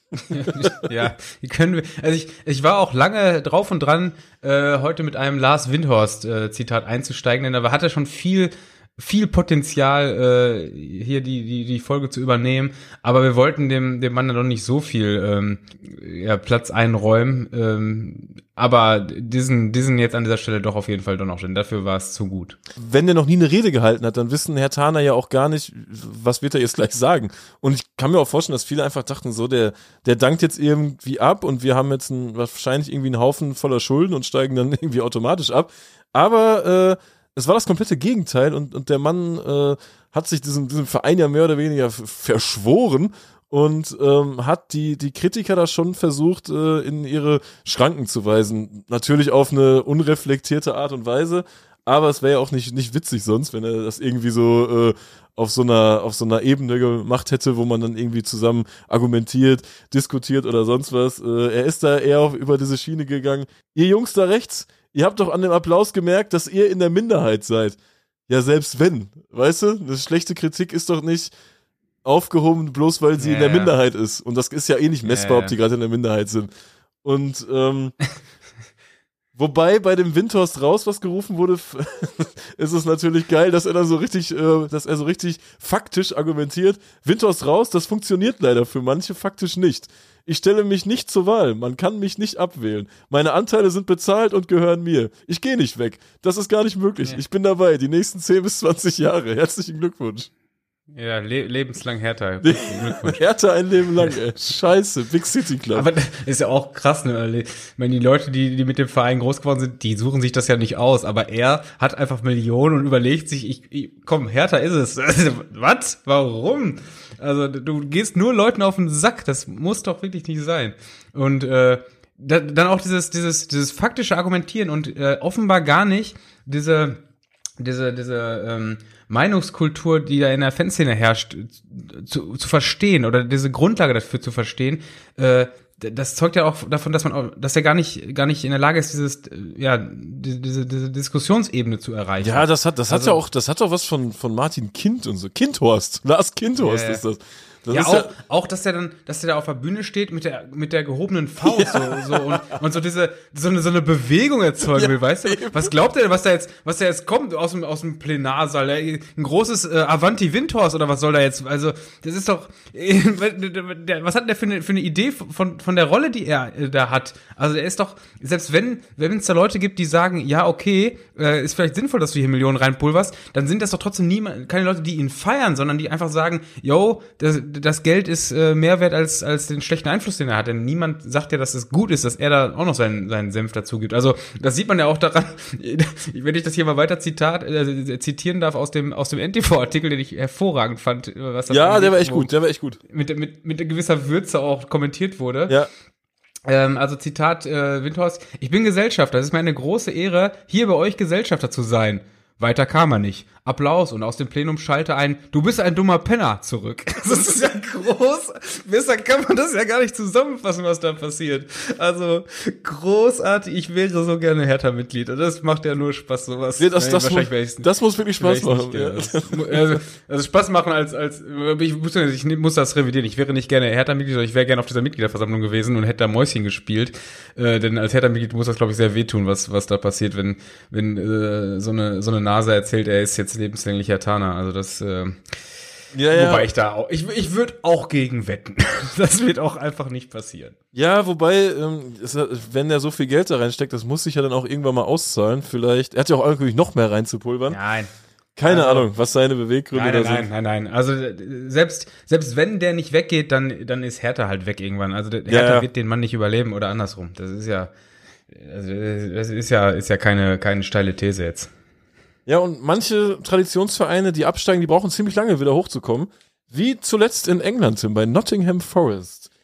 Ja, die können wir. Also ich, ich war auch lange drauf und dran, äh, heute mit einem Lars Windhorst äh, Zitat einzusteigen, denn da hat er schon viel, viel Potenzial, äh, hier die die die Folge zu übernehmen. Aber wir wollten dem dem Mann dann noch nicht so viel ähm, ja, Platz einräumen. Ähm, aber diesen diesen jetzt an dieser Stelle doch auf jeden Fall doch noch, denn dafür war es zu gut. Wenn der noch nie eine Rede gehalten hat, dann wissen Herr Thaner ja auch gar nicht, was wird er jetzt gleich sagen. Und ich kann mir auch vorstellen, dass viele einfach dachten, so, der, der dankt jetzt irgendwie ab und wir haben jetzt ein, wahrscheinlich irgendwie einen Haufen voller Schulden und steigen dann irgendwie automatisch ab. Aber äh, es war das komplette Gegenteil und, und der Mann äh, hat sich diesem, diesem Verein ja mehr oder weniger verschworen und ähm, hat die die Kritiker da schon versucht, äh, in ihre Schranken zu weisen. Natürlich auf eine unreflektierte Art und Weise, aber es wäre ja auch nicht nicht witzig sonst, wenn er das irgendwie so äh, auf so einer auf so einer Ebene gemacht hätte, wo man dann irgendwie zusammen argumentiert, diskutiert oder sonst was. Äh, er ist da eher auf, über diese Schiene gegangen. Ihr Jungs da rechts, ihr habt doch an dem Applaus gemerkt, dass ihr in der Minderheit seid. Ja, selbst wenn, weißt du, eine schlechte Kritik ist doch nicht aufgehoben, bloß weil sie ja, in der ja. Minderheit ist. Und das ist ja eh nicht messbar, Ja, ja. ob die gerade in der Minderheit sind. Und ähm, wobei bei dem Windhorst raus, was gerufen wurde, ist es natürlich geil, dass er dann so richtig, äh, dass er so richtig faktisch argumentiert. Windhorst raus, das funktioniert leider für manche faktisch nicht. Ich stelle mich nicht zur Wahl, man kann mich nicht abwählen. Meine Anteile sind bezahlt und gehören mir. Ich gehe nicht weg. Das ist gar nicht möglich. Ja. Ich bin dabei, die nächsten zehn bis zwanzig Jahre. Herzlichen Glückwunsch. Ja, le lebenslang Hertha. Glückwunsch. Hertha ein Leben lang, ey. Scheiße, Big City Club. Aber das ist ja auch krass, ne? Ich meine, die Leute, die, die mit dem Verein groß geworden sind, die suchen sich das ja nicht aus. Aber er hat einfach Millionen und überlegt sich, ich, ich komm, Hertha ist es. Was? Warum? Also, du gehst nur Leuten auf den Sack. Das muss doch wirklich nicht sein. Und, äh, da, dann auch dieses, dieses, dieses faktische Argumentieren und, äh, offenbar gar nicht diese, diese, diese, ähm, Meinungskultur, die da in der Fanszene herrscht, zu, zu verstehen oder diese Grundlage dafür zu verstehen, äh, das zeugt ja auch davon, dass man auch, dass er gar nicht, gar nicht in der Lage ist, dieses, ja, diese, diese Diskussionsebene zu erreichen. Ja, das hat, das also, hat ja auch, das hat doch was von, von Martin Kind und so. Kindhorst. Lars Kindhorst Ja, ja. ist das. Das ja, ist auch, ja, auch, dass der dann, dass der da auf der Bühne steht mit der, mit der gehobenen Faust, so, so, und, und so diese, so eine, so eine Bewegung erzeugen will, weißt du? Was glaubt er denn, was da jetzt, was da jetzt kommt aus dem, aus dem Plenarsaal? Ein großes, äh, Avanti Windhorst oder was soll da jetzt? Also, das ist doch, äh, was hat der für eine, für eine Idee von, von der Rolle, die er äh, da hat? Also, er ist doch, selbst wenn, wenn es da Leute gibt, die sagen, ja, okay, äh, ist vielleicht sinnvoll, dass du hier Millionen reinpulverst, dann sind das doch trotzdem niemand, keine Leute, die ihn feiern, sondern die einfach sagen, yo, das, das Geld ist äh, mehr wert als, als den schlechten Einfluss, den er hat. Denn niemand sagt ja, dass es gut ist, dass er da auch noch seinen, seinen Senf dazu gibt. Also, das sieht man ja auch daran, wenn ich das hier mal weiter Zitat, äh, zitieren darf aus dem, aus dem N T V-Artikel, den ich hervorragend fand. Was das ja, angeht, der war echt wo gut, der war echt gut. Mit, mit, mit gewisser Würze auch kommentiert wurde. Ja. Ähm, also Zitat äh, Windhorst: Ich bin Gesellschafter. Es ist mir eine große Ehre, hier bei euch Gesellschafter zu sein. Weiter kam er nicht. Applaus und aus dem Plenum schallte ein "Du bist ein dummer Penner" zurück. Das ist ja groß. Besser kann man das ja gar nicht zusammenfassen, was da passiert. Also großartig. Ich wäre so gerne Hertha-Mitglied. Und das macht ja nur Spaß, sowas. Nee, das, Nein, das, wahrscheinlich muss, wär ich's- das muss wirklich Spaß wär ich's machen. nicht Ja. gerne. Das- Also, also Spaß machen als, als, ich muss, ich muss das revidieren. Ich wäre nicht gerne Hertha-Mitglied, sondern ich wäre gerne auf dieser Mitgliederversammlung gewesen und hätte da Mäuschen gespielt. Äh, denn als Hertha-Mitglied muss das, glaube ich, sehr wehtun, was, was da passiert, wenn, wenn, äh, so eine, so eine Nase erzählt, er ist jetzt lebenslänglich Herthaner. Also das, äh, Ja, ja. wobei ich da auch, ich, ich würde auch gegen wetten. Das wird auch einfach nicht passieren. Ja, wobei, ähm, es, wenn er so viel Geld da reinsteckt, das muss sich ja dann auch irgendwann mal auszahlen. Vielleicht, er hat ja auch irgendwie noch mehr reinzupulvern. Nein. Keine Also- Ahnung, was seine Beweggründe Nein, da nein, sind. nein, nein, nein. Also äh, selbst selbst wenn der nicht weggeht, dann dann ist Hertha halt weg irgendwann. Also der, Ja, Hertha ja. wird den Mann nicht überleben oder andersrum. Das ist ja also das ist ja ist ja keine keine steile These jetzt. Ja, und manche Traditionsvereine, die absteigen, die brauchen ziemlich lange, wieder hochzukommen. Wie zuletzt in England, Tim, bei Nottingham Forest.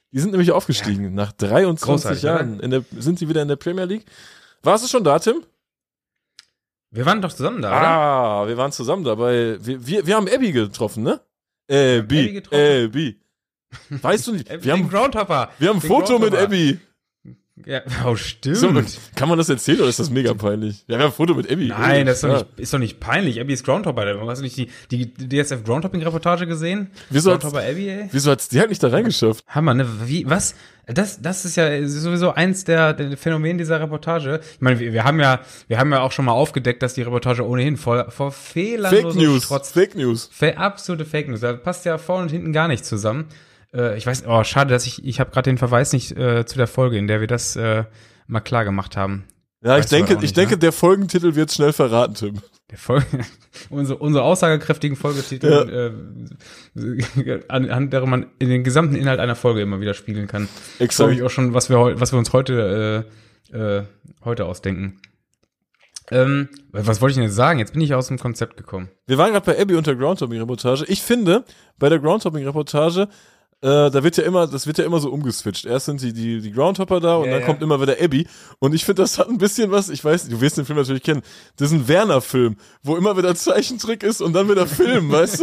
Die sind nämlich aufgestiegen. Ja. Nach dreiundzwanzig Großartig, Jahren in der, sind sie wieder in der Premier League. Warst du schon da, Tim? Wir waren doch zusammen da, oder? Ah, wir waren zusammen da, weil wir, wir, wir haben Abby getroffen, ne? Abby, Abby. Weißt du nicht? Wir haben Groundhopper. Wir haben ein Foto mit Abby. Ja, oh, stimmt. So, kann man das erzählen oder ist das mega peinlich? Ja, wir haben ein Foto mit Abby. Nein, das ist, ja. doch nicht, ist doch nicht peinlich. Abby ist Groundhopper. Hast du nicht die, die D S F-Groundhopping-Reportage gesehen? Wieso Groundhopper Abby, ey? Wieso hat's die halt nicht da reingeschafft? Hammer, ne? Wie, was? Das, das ist ja sowieso eins der, der Phänomene dieser Reportage. Ich meine, wir, wir haben ja, wir haben ja auch schon mal aufgedeckt, dass die Reportage ohnehin voll, vor Fehlern Fake News. Trotz, Fake News. Absolute Fake News. Da passt ja vorne und hinten gar nicht zusammen. Äh, ich weiß, oh, schade, dass ich, ich habe gerade den Verweis nicht äh, zu der Folge, in der wir das äh, mal klar gemacht haben. Ja, weißt ich denke, nicht, ich denke, ne? Der Folgentitel wird schnell verraten, Tim. Der Folge, unsere, unsere aussagekräftigen Folgetitel, ja. äh, an, an der man in den gesamten Inhalt einer Folge immer wieder spiegeln kann. Exakt. Glaube ich auch schon, was wir, was wir uns heute, äh, äh, heute ausdenken. Ähm, was wollte ich denn jetzt sagen? Jetzt bin ich aus dem Konzept gekommen. Wir waren gerade bei Abby und der Groundhopping-Reportage. Ich finde, bei der Groundhopping-Reportage Äh, da wird ja immer, das wird ja immer so umgeswitcht. Erst sind die, die, die Groundhopper da und ja, dann ja. kommt immer wieder Abby. Und ich finde, das hat ein bisschen was, ich weiß, du wirst den Film natürlich kennen, das ist ein Werner-Film, wo immer wieder Zeichentrick ist und dann wieder Film, weißt du?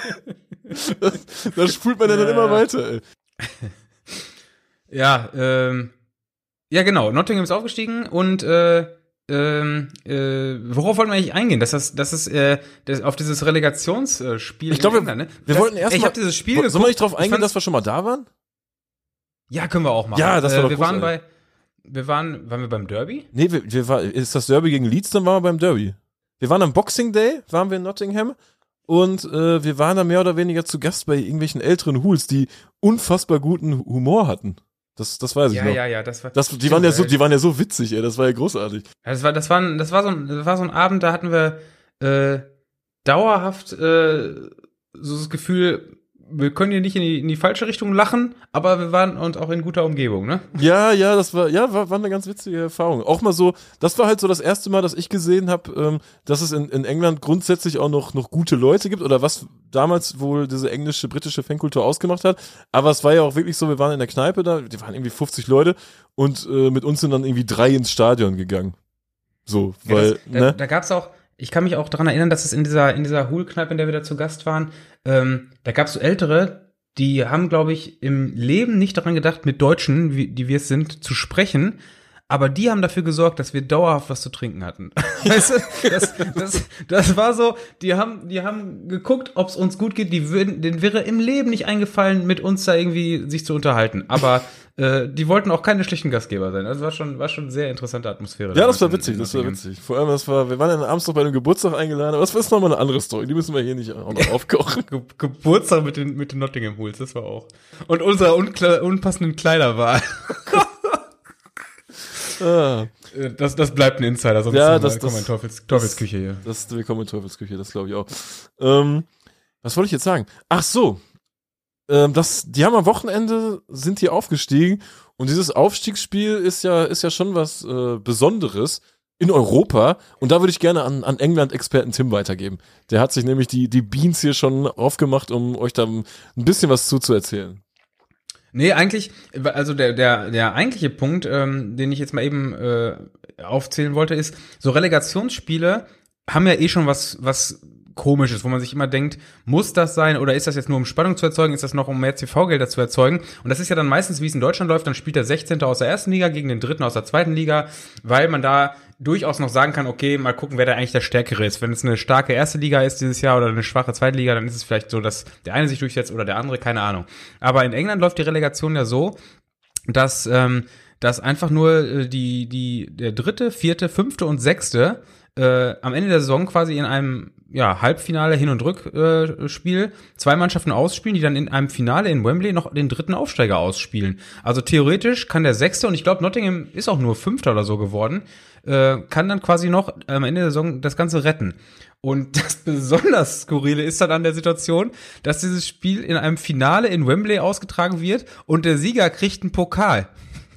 Da spult man ja. dann immer weiter, ey. Ja, ähm, ja genau, Nottingham ist aufgestiegen und äh, Ähm, äh, worauf wollten wir eigentlich eingehen? Dass das, das ist äh, das, auf dieses Relegationsspiel. Ich glaube, ne? wir das, wollten erst ey, ich mal. hab dieses Spiel geguckt, sollen wir nicht drauf eingehen, dass wir schon mal da waren? Ja, können wir auch machen. Ja, das war äh, doch Wir groß, waren ey. bei, wir waren, waren wir beim Derby? Nee, wir, wir war, ist das Derby gegen Leeds, dann waren wir beim Derby. Wir waren am Boxing Day, waren wir in Nottingham und äh, wir waren da mehr oder weniger zu Gast bei irgendwelchen älteren Hools, die unfassbar guten Humor hatten. Das, das weiß ich ja, noch. Ja, ja, ja, das war. Das, die waren ja so, die waren ja so witzig, ey. Das war ja großartig. Ja, das war, das war, das war so ein, das war so ein Abend, da hatten wir äh, dauerhaft äh, so das Gefühl, wir können hier nicht in die, in die falsche Richtung lachen, aber wir waren uns auch in guter Umgebung, ne? Ja, ja, das war, ja, war, war eine ganz witzige Erfahrung. Auch mal so, das war halt so das erste Mal, dass ich gesehen habe, ähm, dass es in, in England grundsätzlich auch noch, noch gute Leute gibt oder was damals wohl diese englische, britische Fankultur ausgemacht hat. Aber es war ja auch wirklich so, wir waren in der Kneipe da, die waren irgendwie fünfzig Leute und äh, mit uns sind dann irgendwie drei ins Stadion gegangen. So, weil, ja, das, ne? Da, da gab's auch, ich kann mich auch daran erinnern, dass es in dieser, in dieser Hool-Kneipe, in der wir da zu Gast waren, ähm, da gab's so Ältere, die haben, glaube ich, im Leben nicht daran gedacht, mit Deutschen, wie, die wir es sind, zu sprechen. Aber die haben dafür gesorgt, dass wir dauerhaft was zu trinken hatten. Weißt du, das, das, das war so, die haben, die haben geguckt, ob es uns gut geht. Die würden, denen wäre im Leben nicht eingefallen, mit uns da irgendwie sich zu unterhalten. Aber äh, die wollten auch keine schlechten Gastgeber sein. Also war schon, war schon eine sehr interessante Atmosphäre. Ja, das war witzig, das war witzig. Vor allem, das war, wir waren ja abends noch bei einem Geburtstag eingeladen, aber das ist nochmal eine andere Story. Die müssen wir hier nicht auch noch aufkochen. Ge- Geburtstag mit den, mit den Nottingham Hools, das war auch. Und unserer unkle- unpassenden Kleiderwahl. Ah. Das, das bleibt ein Insider, sonst ja, das, kommen wir in Teufels, Teufelsküche hier. Das, das, wir kommen in Teufelsküche, das glaube ich auch. Ähm, was wollte ich jetzt sagen? Ach so, ähm, das, die haben am Wochenende, sind die aufgestiegen und dieses Aufstiegsspiel ist ja, ist ja schon was äh, Besonderes in Europa und da würde ich gerne an, an England-Experten Tim weitergeben. Der hat sich nämlich die, die Beans hier schon aufgemacht, um euch da ein bisschen was zuzuerzählen. Nee, eigentlich, also der der der eigentliche Punkt, ähm, den ich jetzt mal eben äh, aufzählen wollte, ist, so Relegationsspiele haben ja eh schon was was Komisches, wo man sich immer denkt, muss das sein oder ist das jetzt nur um Spannung zu erzeugen, ist das noch um mehr T V-Gelder zu erzeugen? Und das ist ja dann meistens, wie es in Deutschland läuft, dann spielt der sechzehnte aus der ersten Liga gegen den dritten aus der zweiten Liga, weil man da durchaus noch sagen kann, okay, mal gucken, wer da eigentlich der Stärkere ist. Wenn es eine starke erste Liga ist dieses Jahr oder eine schwache zweite Liga, dann ist es vielleicht so, dass der eine sich durchsetzt oder der andere, keine Ahnung. Aber in England läuft die Relegation ja so, dass ähm, dass einfach nur äh, die die der dritte, vierte, fünfte und sechste äh, am Ende der Saison quasi in einem ja Halbfinale Hin- und Rückspiel äh, zwei Mannschaften ausspielen, die dann in einem Finale in Wembley noch den dritten Aufsteiger ausspielen. Also theoretisch kann der Sechste, und ich glaube Nottingham ist auch nur Fünfter oder so geworden, äh, kann dann quasi noch am Ende der Saison das Ganze retten. Und das besonders Skurrile ist dann an der Situation, dass dieses Spiel in einem Finale in Wembley ausgetragen wird und der Sieger kriegt einen Pokal.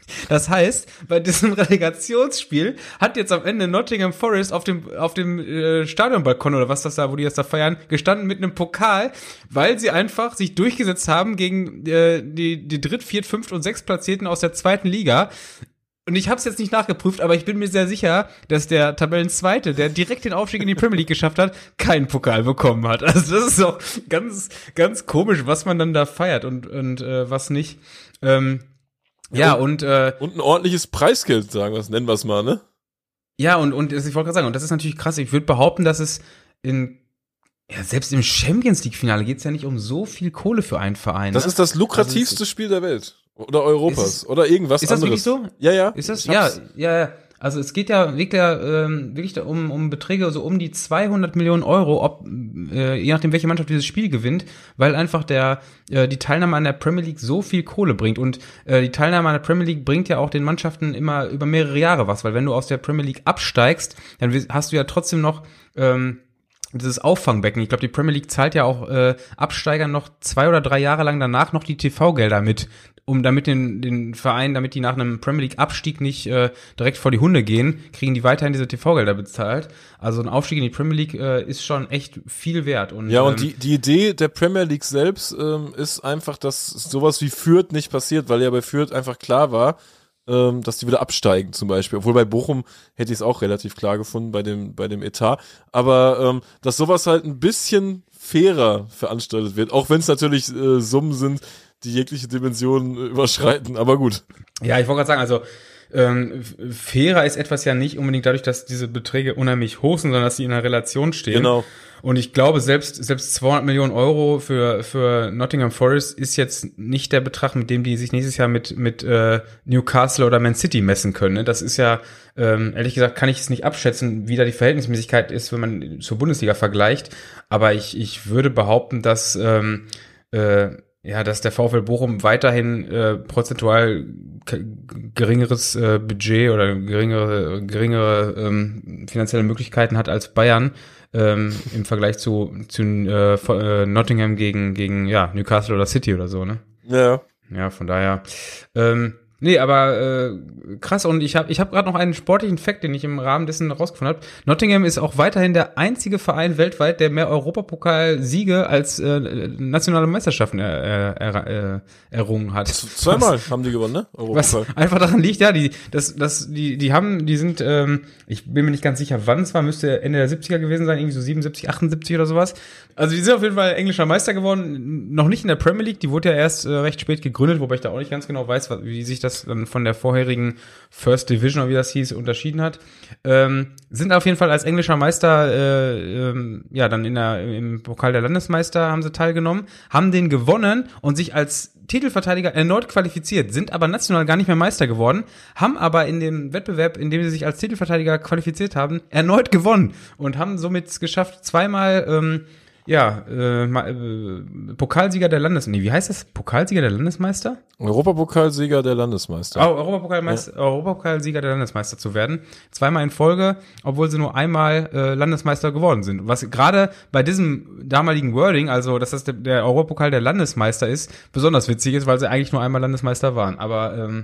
Das heißt, bei diesem Relegationsspiel hat jetzt am Ende Nottingham Forest auf dem auf dem äh, Stadionbalkon oder was das da, wo die das da feiern, gestanden mit einem Pokal, weil sie einfach sich durchgesetzt haben gegen äh, die die Dritt-, Viert-, Fünft- und Sechstplatzierten aus der zweiten Liga. Und ich habe es jetzt nicht nachgeprüft, aber ich bin mir sehr sicher, dass der Tabellenzweite, der direkt den Aufstieg in die Premier League geschafft hat, keinen Pokal bekommen hat. Also das ist auch ganz, ganz komisch, was man dann da feiert und und äh, was nicht. Ähm, ja, ja, und, und äh, und ein ordentliches Preisgeld, sagen wir es, nennen wir es mal, ne? ja, und und ich wollte gerade sagen, und das ist natürlich krass. Ich würde behaupten, dass es in ja, selbst im Champions League Finale geht's ja nicht um so viel Kohle für einen Verein. Das ne? ist das lukrativste also Spiel der Welt. Oder Europas. Ist es, oder irgendwas ist das anderes. Wirklich so? Ja, ja. Ist das? Ja, ja, ja. Also es geht ja wirklich, ja, ähm, wirklich da um, um Beträge so um die zweihundert Millionen Euro, ob äh, je nachdem welche Mannschaft dieses Spiel gewinnt, weil einfach der äh, die Teilnahme an der Premier League so viel Kohle bringt und äh, die Teilnahme an der Premier League bringt ja auch den Mannschaften immer über mehrere Jahre was, weil wenn du aus der Premier League absteigst, dann hast du ja trotzdem noch ähm, dieses Auffangbecken. Ich glaube, die Premier League zahlt ja auch äh, Absteigern noch zwei oder drei Jahre lang danach noch die T V-Gelder mit, um damit den den Verein, damit die nach einem Premier League Abstieg nicht äh, direkt vor die Hunde gehen, kriegen die weiterhin diese T V-Gelder bezahlt. Also ein Aufstieg in die Premier League äh, ist schon echt viel wert. Und, ja, und ähm, die die Idee der Premier League selbst ähm, ist einfach, dass sowas wie Fürth nicht passiert, weil ja bei Fürth einfach klar war, ähm, dass die wieder absteigen zum Beispiel. Obwohl bei Bochum hätte ich es auch relativ klar gefunden bei dem bei dem Etat. Aber ähm, dass sowas halt ein bisschen fairer veranstaltet wird, auch wenn es natürlich äh, Summen sind, die jegliche Dimension äh, überschreiten, aber gut. Ja, ich wollte gerade sagen, also ähm, fairer ist etwas ja nicht unbedingt dadurch, dass diese Beträge unheimlich hoch sind, sondern dass sie in einer Relation stehen. Genau. Und ich glaube, selbst selbst zweihundert Millionen Euro für für Nottingham Forest ist jetzt nicht der Betrag, mit dem die sich nächstes Jahr mit mit äh, Newcastle oder Man City messen können. Ne? Das ist ja, ähm, ehrlich gesagt, kann ich es nicht abschätzen, wie da die Verhältnismäßigkeit ist, wenn man zur Bundesliga vergleicht. Aber ich ich würde behaupten, dass ähm, äh, ja, dass der VfL Bochum weiterhin äh, prozentual k- geringeres äh, Budget oder geringere geringere ähm, finanzielle Möglichkeiten hat als Bayern ähm, im Vergleich zu zu äh, äh, Nottingham gegen gegen ja Newcastle oder City oder so, ne? Ja. Ja, von daher. Ähm, nee, aber äh, krass. Und ich habe ich hab gerade noch einen sportlichen Fact, den ich im Rahmen dessen rausgefunden habe. Nottingham ist auch weiterhin der einzige Verein weltweit, der mehr Europapokal-Siege als äh, nationale Meisterschaften er, er, er, errungen hat. Zweimal was, haben die gewonnen, ne? Was einfach daran liegt, ja, die das das die die haben, die sind, ähm, ich bin mir nicht ganz sicher, wann es war, müsste Ende der siebziger gewesen sein, irgendwie so siebenundsiebzig, achtundsiebzig oder sowas. Also die sind auf jeden Fall englischer Meister geworden, noch nicht in der Premier League, die wurde ja erst äh, recht spät gegründet, wobei ich da auch nicht ganz genau weiß, wie sich das dann von der vorherigen First Division, oder wie das hieß, unterschieden hat. Ähm, sind auf jeden Fall als englischer Meister, äh, ähm, ja, dann in der, im Pokal der Landesmeister haben sie teilgenommen, haben den gewonnen und sich als Titelverteidiger erneut qualifiziert, sind aber national gar nicht mehr Meister geworden, haben aber in dem Wettbewerb, in dem sie sich als Titelverteidiger qualifiziert haben, erneut gewonnen und haben somit es geschafft, zweimal ähm, ja, äh, äh, Pokalsieger der Landesmeister. Nee, wie heißt das? Pokalsieger der Landesmeister? Europapokalsieger der Landesmeister. Oh, Europapokalmeister, ja. Europapokalsieger der Landesmeister zu werden. Zweimal in Folge, obwohl sie nur einmal äh, Landesmeister geworden sind. Was gerade bei diesem damaligen Wording, also dass das der, der Europapokal der Landesmeister ist, besonders witzig ist, weil sie eigentlich nur einmal Landesmeister waren. Aber ähm,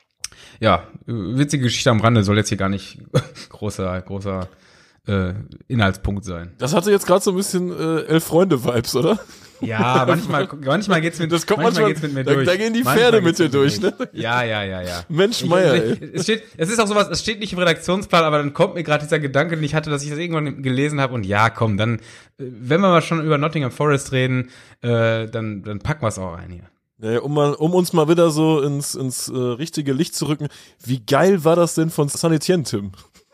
ja, witzige Geschichte am Rande, soll jetzt hier gar nicht großer, großer Äh, Inhaltspunkt sein. Das hatte jetzt gerade so ein bisschen äh, Elf-Freunde-Vibes, oder? Ja, manchmal, manchmal geht's mit, das kommt manchmal manchmal, geht's mit mir da, durch. Da gehen die manchmal Pferde mit dir durch, durch, ne? Ja, ja, ja, ja. Mensch, Meier, ey. Es steht, es ist auch sowas, es steht nicht im Redaktionsplan, aber dann kommt mir gerade dieser Gedanke, den ich hatte, dass ich das irgendwann gelesen habe und ja, komm, dann, wenn wir mal schon über Nottingham Forest reden, äh, dann, dann packen wir es auch rein hier. Ja, um, mal, um uns mal wieder so ins, ins äh, richtige Licht zu rücken, wie geil war das denn von Saint-Étienne, Tim?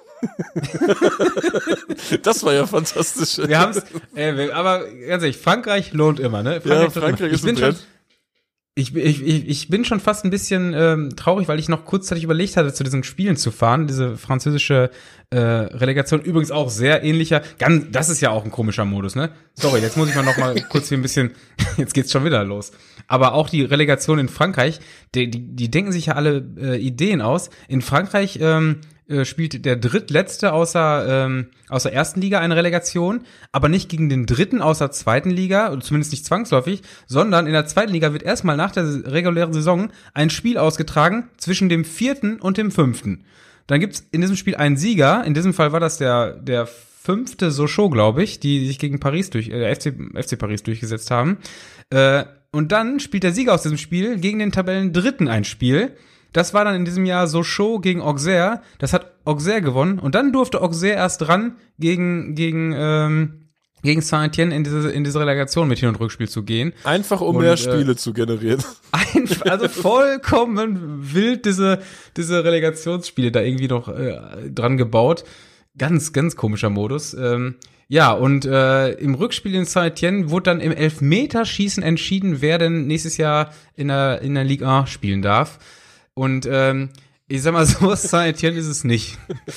Das war ja fantastisch. Wir haben's, äh, aber ganz ehrlich, Frankreich lohnt immer, ne? Frankreich, ja, Frankreich ist ein Brett. Ich, ich, ich, ich bin schon fast ein bisschen ähm, traurig, weil ich noch kurzzeitig überlegt hatte, zu diesen Spielen zu fahren, diese französische äh, Relegation, übrigens auch sehr ähnlicher, ganz, das ist ja auch ein komischer Modus, ne? Sorry, jetzt muss ich mal noch mal kurz hier ein bisschen, jetzt geht's schon wieder los. Aber auch die Relegation in Frankreich, die, die, die denken sich ja alle äh, Ideen aus. In Frankreich ähm, äh, spielt der Drittletzte außer ähm, außer ersten Liga eine Relegation, aber nicht gegen den Dritten außer zweiten Liga, oder zumindest nicht zwangsläufig, sondern in der zweiten Liga wird erstmal nach der regulären Saison ein Spiel ausgetragen zwischen dem vierten und dem fünften. Dann gibt's in diesem Spiel einen Sieger, in diesem Fall war das der der fünfte Sochaux, glaube ich, die sich gegen Paris durch äh, F C F C Paris durchgesetzt haben. Äh, und dann spielt der Sieger aus diesem Spiel gegen den Tabellendritten ein Spiel. Das war dann in diesem Jahr Sochaux gegen Auxerre. Das hat Auxerre gewonnen. Und dann durfte Auxerre erst ran, gegen gegen ähm, gegen Saint-Étienne in diese in diese Relegation mit Hin- und Rückspiel zu gehen. Einfach um und, mehr äh, Spiele zu generieren. Einfach, also vollkommen wild diese diese Relegationsspiele da irgendwie noch äh, dran gebaut. Ganz, ganz komischer Modus. Ähm, ja, und äh, im Rückspiel in Saint-Étienne wurde dann im Elfmeterschießen entschieden, wer denn nächstes Jahr in der in der Ligue eins spielen darf. Und ähm, ich sag mal so, Saint-Étienne ist es nicht.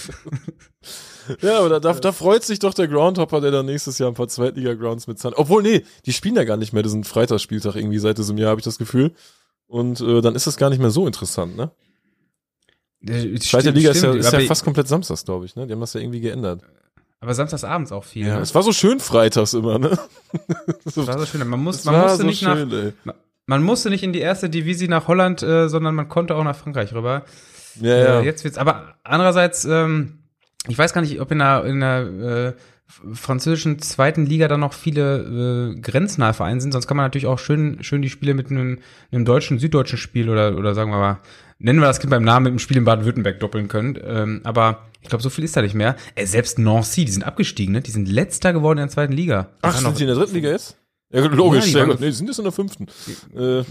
Ja, aber da, da, da freut sich doch der Groundhopper, der dann nächstes Jahr ein paar Zweitliga-Grounds mit Saint. Obwohl, nee, die spielen ja gar nicht mehr diesen Freitagsspieltag irgendwie seit diesem Jahr, habe ich das Gefühl. Und äh, dann ist das gar nicht mehr so interessant, ne? Die zweite Liga ist ja, ist ja fast komplett samstags, glaube ich, ne? Die haben das ja irgendwie geändert. Aber samstagsabends auch viel. Ja, ne? es war so schön freitags immer, ne? Es war so schön. Man, muss, das man musste so nicht schön, nach, ey. man musste nicht in die erste Divisie nach Holland, äh, sondern man konnte auch nach Frankreich rüber. Ja, ja. Äh, jetzt wird's, aber andererseits, ähm, ich weiß gar nicht, ob in der, in der äh, französischen zweiten Liga dann noch viele äh, grenznahe Vereine sind, sonst kann man natürlich auch schön schön die Spiele mit einem, einem deutschen, süddeutschen Spiel oder oder sagen wir mal, nennen wir das Kind beim Namen, mit dem Spiel in Baden-Württemberg doppeln können. Ähm, aber ich glaube, so viel ist da nicht mehr. Äh, selbst Nancy, die sind abgestiegen, ne? Die sind Letzter geworden in der zweiten Liga. Die Ach, waren sind noch, die in der dritten Liga jetzt? Ja, logisch, Ja, sehr waren- gut. Nee, die sind jetzt in der fünften. Äh,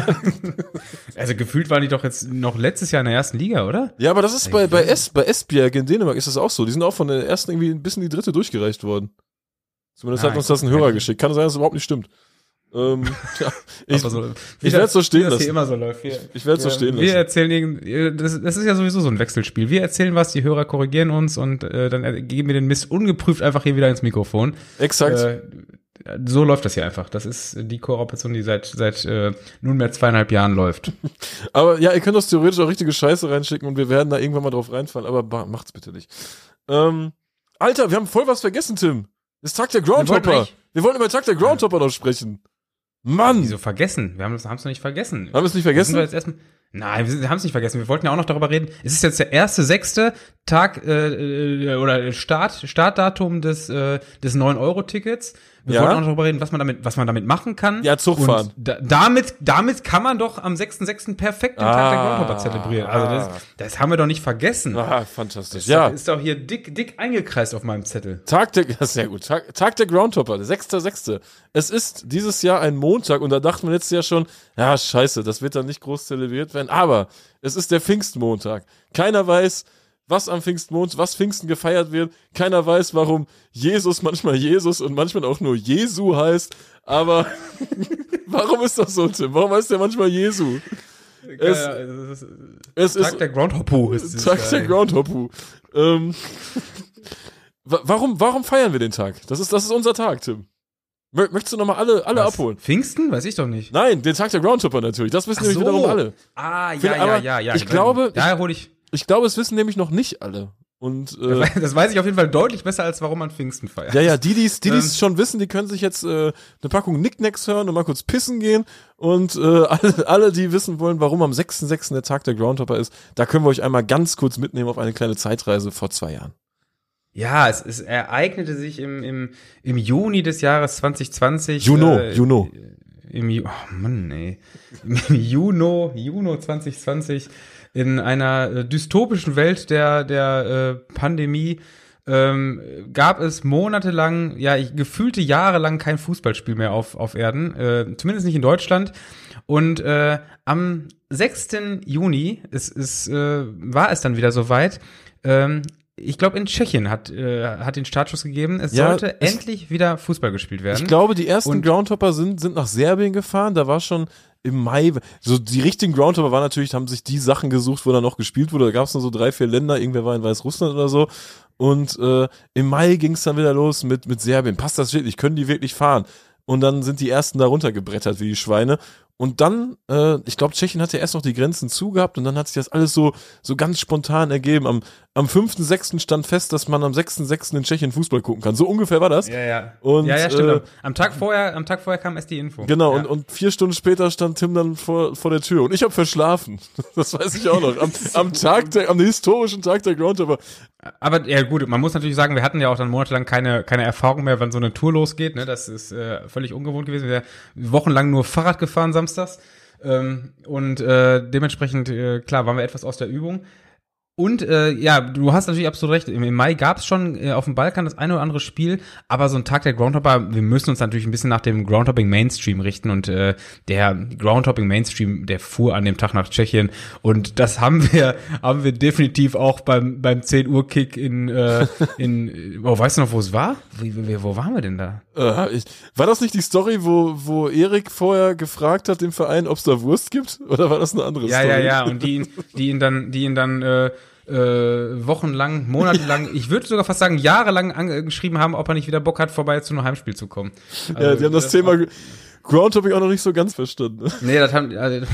also gefühlt waren die doch jetzt noch letztes Jahr in der ersten Liga, oder? ja, aber das ist bei, bei, es, bei Esbjerg in Dänemark ist das auch so. Die sind auch von der ersten irgendwie bis in die dritte durchgereicht worden. Zumindest Ah, hat uns ich- das ein Hörer geschickt. Kann sein, dass es überhaupt nicht stimmt. Ähm, ja, ich Aber so, ich werde es so stehen wie das lassen. hier immer so läuft. Wir, Ich werde es so ja, stehen Wir lassen. erzählen, irgend- das, das ist ja sowieso so ein Wechselspiel. Wir erzählen was, die Hörer korrigieren uns und äh, dann geben wir den Mist ungeprüft einfach hier wieder ins Mikrofon. Exakt. Äh, so läuft das hier einfach. Das ist die Kooperation, die seit seit äh, nunmehr zweieinhalb Jahren läuft. Aber ja, ihr könnt uns theoretisch auch richtige Scheiße reinschicken und wir werden da irgendwann mal drauf reinfallen, aber ba- macht's bitte nicht. Ähm, Alter, wir haben voll was vergessen, Tim. Das ist Tag der wollten Groundhopper. eigentlich- Wir wollten über Tag der Groundhopper noch sprechen. Mann! Wieso vergessen? Wir haben es noch nicht vergessen. Haben wir es nicht Sind vergessen? wir jetzt erstmal Nein, wir haben es nicht vergessen. Wir wollten ja auch noch darüber reden. Es ist jetzt der erste sechste Tag äh, äh, oder Start Startdatum des äh, des neun Euro Tickets. Wir Ja. wollten auch noch darüber reden, was man damit was man damit machen kann. Ja, Zug Und fahren. Da, damit damit kann man doch am sechsten sechsten perfekt den Tag der Ah. Groundhopper zelebrieren. Also das, das haben wir doch nicht vergessen. Ah, fantastisch. Das Ja, ist doch hier dick dick eingekreist auf meinem Zettel. Tag der, ja, sehr gut. Tag, Tag der Groundhopper, der sechster sechste Es ist dieses Jahr ein Montag und da dachten wir letztes Jahr schon, ja, scheiße, das wird dann nicht groß zelebriert werden, aber es ist der Pfingstmontag. Keiner weiß, was am Pfingstmontag, was Pfingsten gefeiert wird. Keiner weiß, warum Jesus manchmal Jesus und manchmal auch nur Jesu heißt, aber warum ist das so, Tim? Warum heißt der manchmal Jesu? Es, Ja, es ist, es Tag ist der Groundhopper ist es. Tag der äh, Groundhopper. Ähm, wa- warum, warum feiern wir den Tag? Das ist, das ist unser Tag, Tim. Mö- Möchtest du nochmal alle, alle was? abholen? Pfingsten? Weiß ich doch nicht. Nein, den Tag der Groundhopper natürlich. Das wissen Ach nämlich so. wiederum alle. Ah, ja, Finde- ja, aber ja, ja. ich glaube, da hole ich. Ich glaube, es wissen nämlich noch nicht alle. Und äh, Das weiß ich auf jeden Fall deutlich besser, als warum man Pfingsten feiert. ja, ja, die, die es die, die's Ähm. schon wissen, die können sich jetzt äh, eine Packung Nicknacks hören und mal kurz pissen gehen. Und äh, alle, alle, die wissen wollen, warum am sechster sechster der Tag der Groundhopper ist, da können wir euch einmal ganz kurz mitnehmen auf eine kleine Zeitreise vor zwei Jahren. Ja, es, es ereignete sich im, im, im Juni des Jahres zwanzig zwanzig. Juno, äh, Juno. Im Ju oh Mann, ey. Im Juno, Juno zwanzig zwanzig in einer äh, dystopischen Welt der, der äh, Pandemie ähm, gab es monatelang, ja, ich, gefühlte Jahre lang kein Fußballspiel mehr auf, auf Erden, äh, zumindest nicht in Deutschland. Und äh, am sechsten Juni ist, ist, äh, war es dann wieder soweit. Ähm, ich glaube, in Tschechien hat, äh, hat den Startschuss gegeben. Es Ja, sollte es- endlich wieder Fußball gespielt werden. Ich glaube, die ersten Und- Groundhopper sind, sind nach Serbien gefahren. Da war schon im Mai, so die richtigen Groundhopper waren natürlich, haben sich die Sachen gesucht, wo dann noch gespielt wurde. Da gab es nur so drei, vier Länder. Irgendwer war in Weißrussland oder so. Und äh, im Mai ging es dann wieder los mit, mit Serbien. Passt das wirklich? Können die wirklich fahren? Und dann sind die ersten da runtergebrettert wie die Schweine. Und dann, äh, ich glaube, Tschechien hat ja erst noch die Grenzen zugehabt und dann hat sich das alles so so ganz spontan ergeben. Am, am fünften sechsten stand fest, dass man am sechsten sechsten in Tschechien Fußball gucken kann. So ungefähr war das. Ja, ja. Und, ja, ja, stimmt. Äh, am Tag vorher, am Tag vorher kam erst die Info. Genau, ja. und, und vier Stunden später stand Tim dann vor, vor der Tür. Und ich habe verschlafen. Das weiß ich auch noch. Am, am Tag der, am historischen Tag der Groundhopper. Aber ja gut, man muss natürlich sagen, wir hatten ja auch dann monatelang keine keine Erfahrung mehr, wann so eine Tour losgeht. Ne? Das ist äh, völlig ungewohnt gewesen. Wir sind wochenlang nur Fahrrad gefahren samstags. Ähm, und äh, dementsprechend, äh, klar, waren wir etwas aus der Übung. Und äh, ja, du hast natürlich absolut recht. Im, im Mai gab es schon äh, auf dem Balkan das eine oder andere Spiel, aber so ein Tag der Groundhopper, wir müssen uns natürlich ein bisschen nach dem Groundhopping Mainstream richten und äh, der Groundhopping Mainstream, der fuhr an dem Tag nach Tschechien und das haben wir haben wir definitiv auch beim beim zehn Uhr Kick in äh, in oh, weißt du noch, wo es war? Wie, wie, wo waren wir denn da? Äh, ich, war das nicht die Story, wo wo Erik vorher gefragt hat dem Verein, ob es da Wurst gibt? Oder war das eine andere ja, Story? Ja, ja, ja. Und die ihn, die ihn dann, die ihn dann äh, äh, wochenlang, monatelang, ich würde sogar fast sagen jahrelang angeschrieben haben, ob er nicht wieder Bock hat, vorbei zu einem Heimspiel zu kommen. Also, ja, die haben das, das Thema Groundhopping auch noch nicht so ganz verstanden. Nee, das haben, also,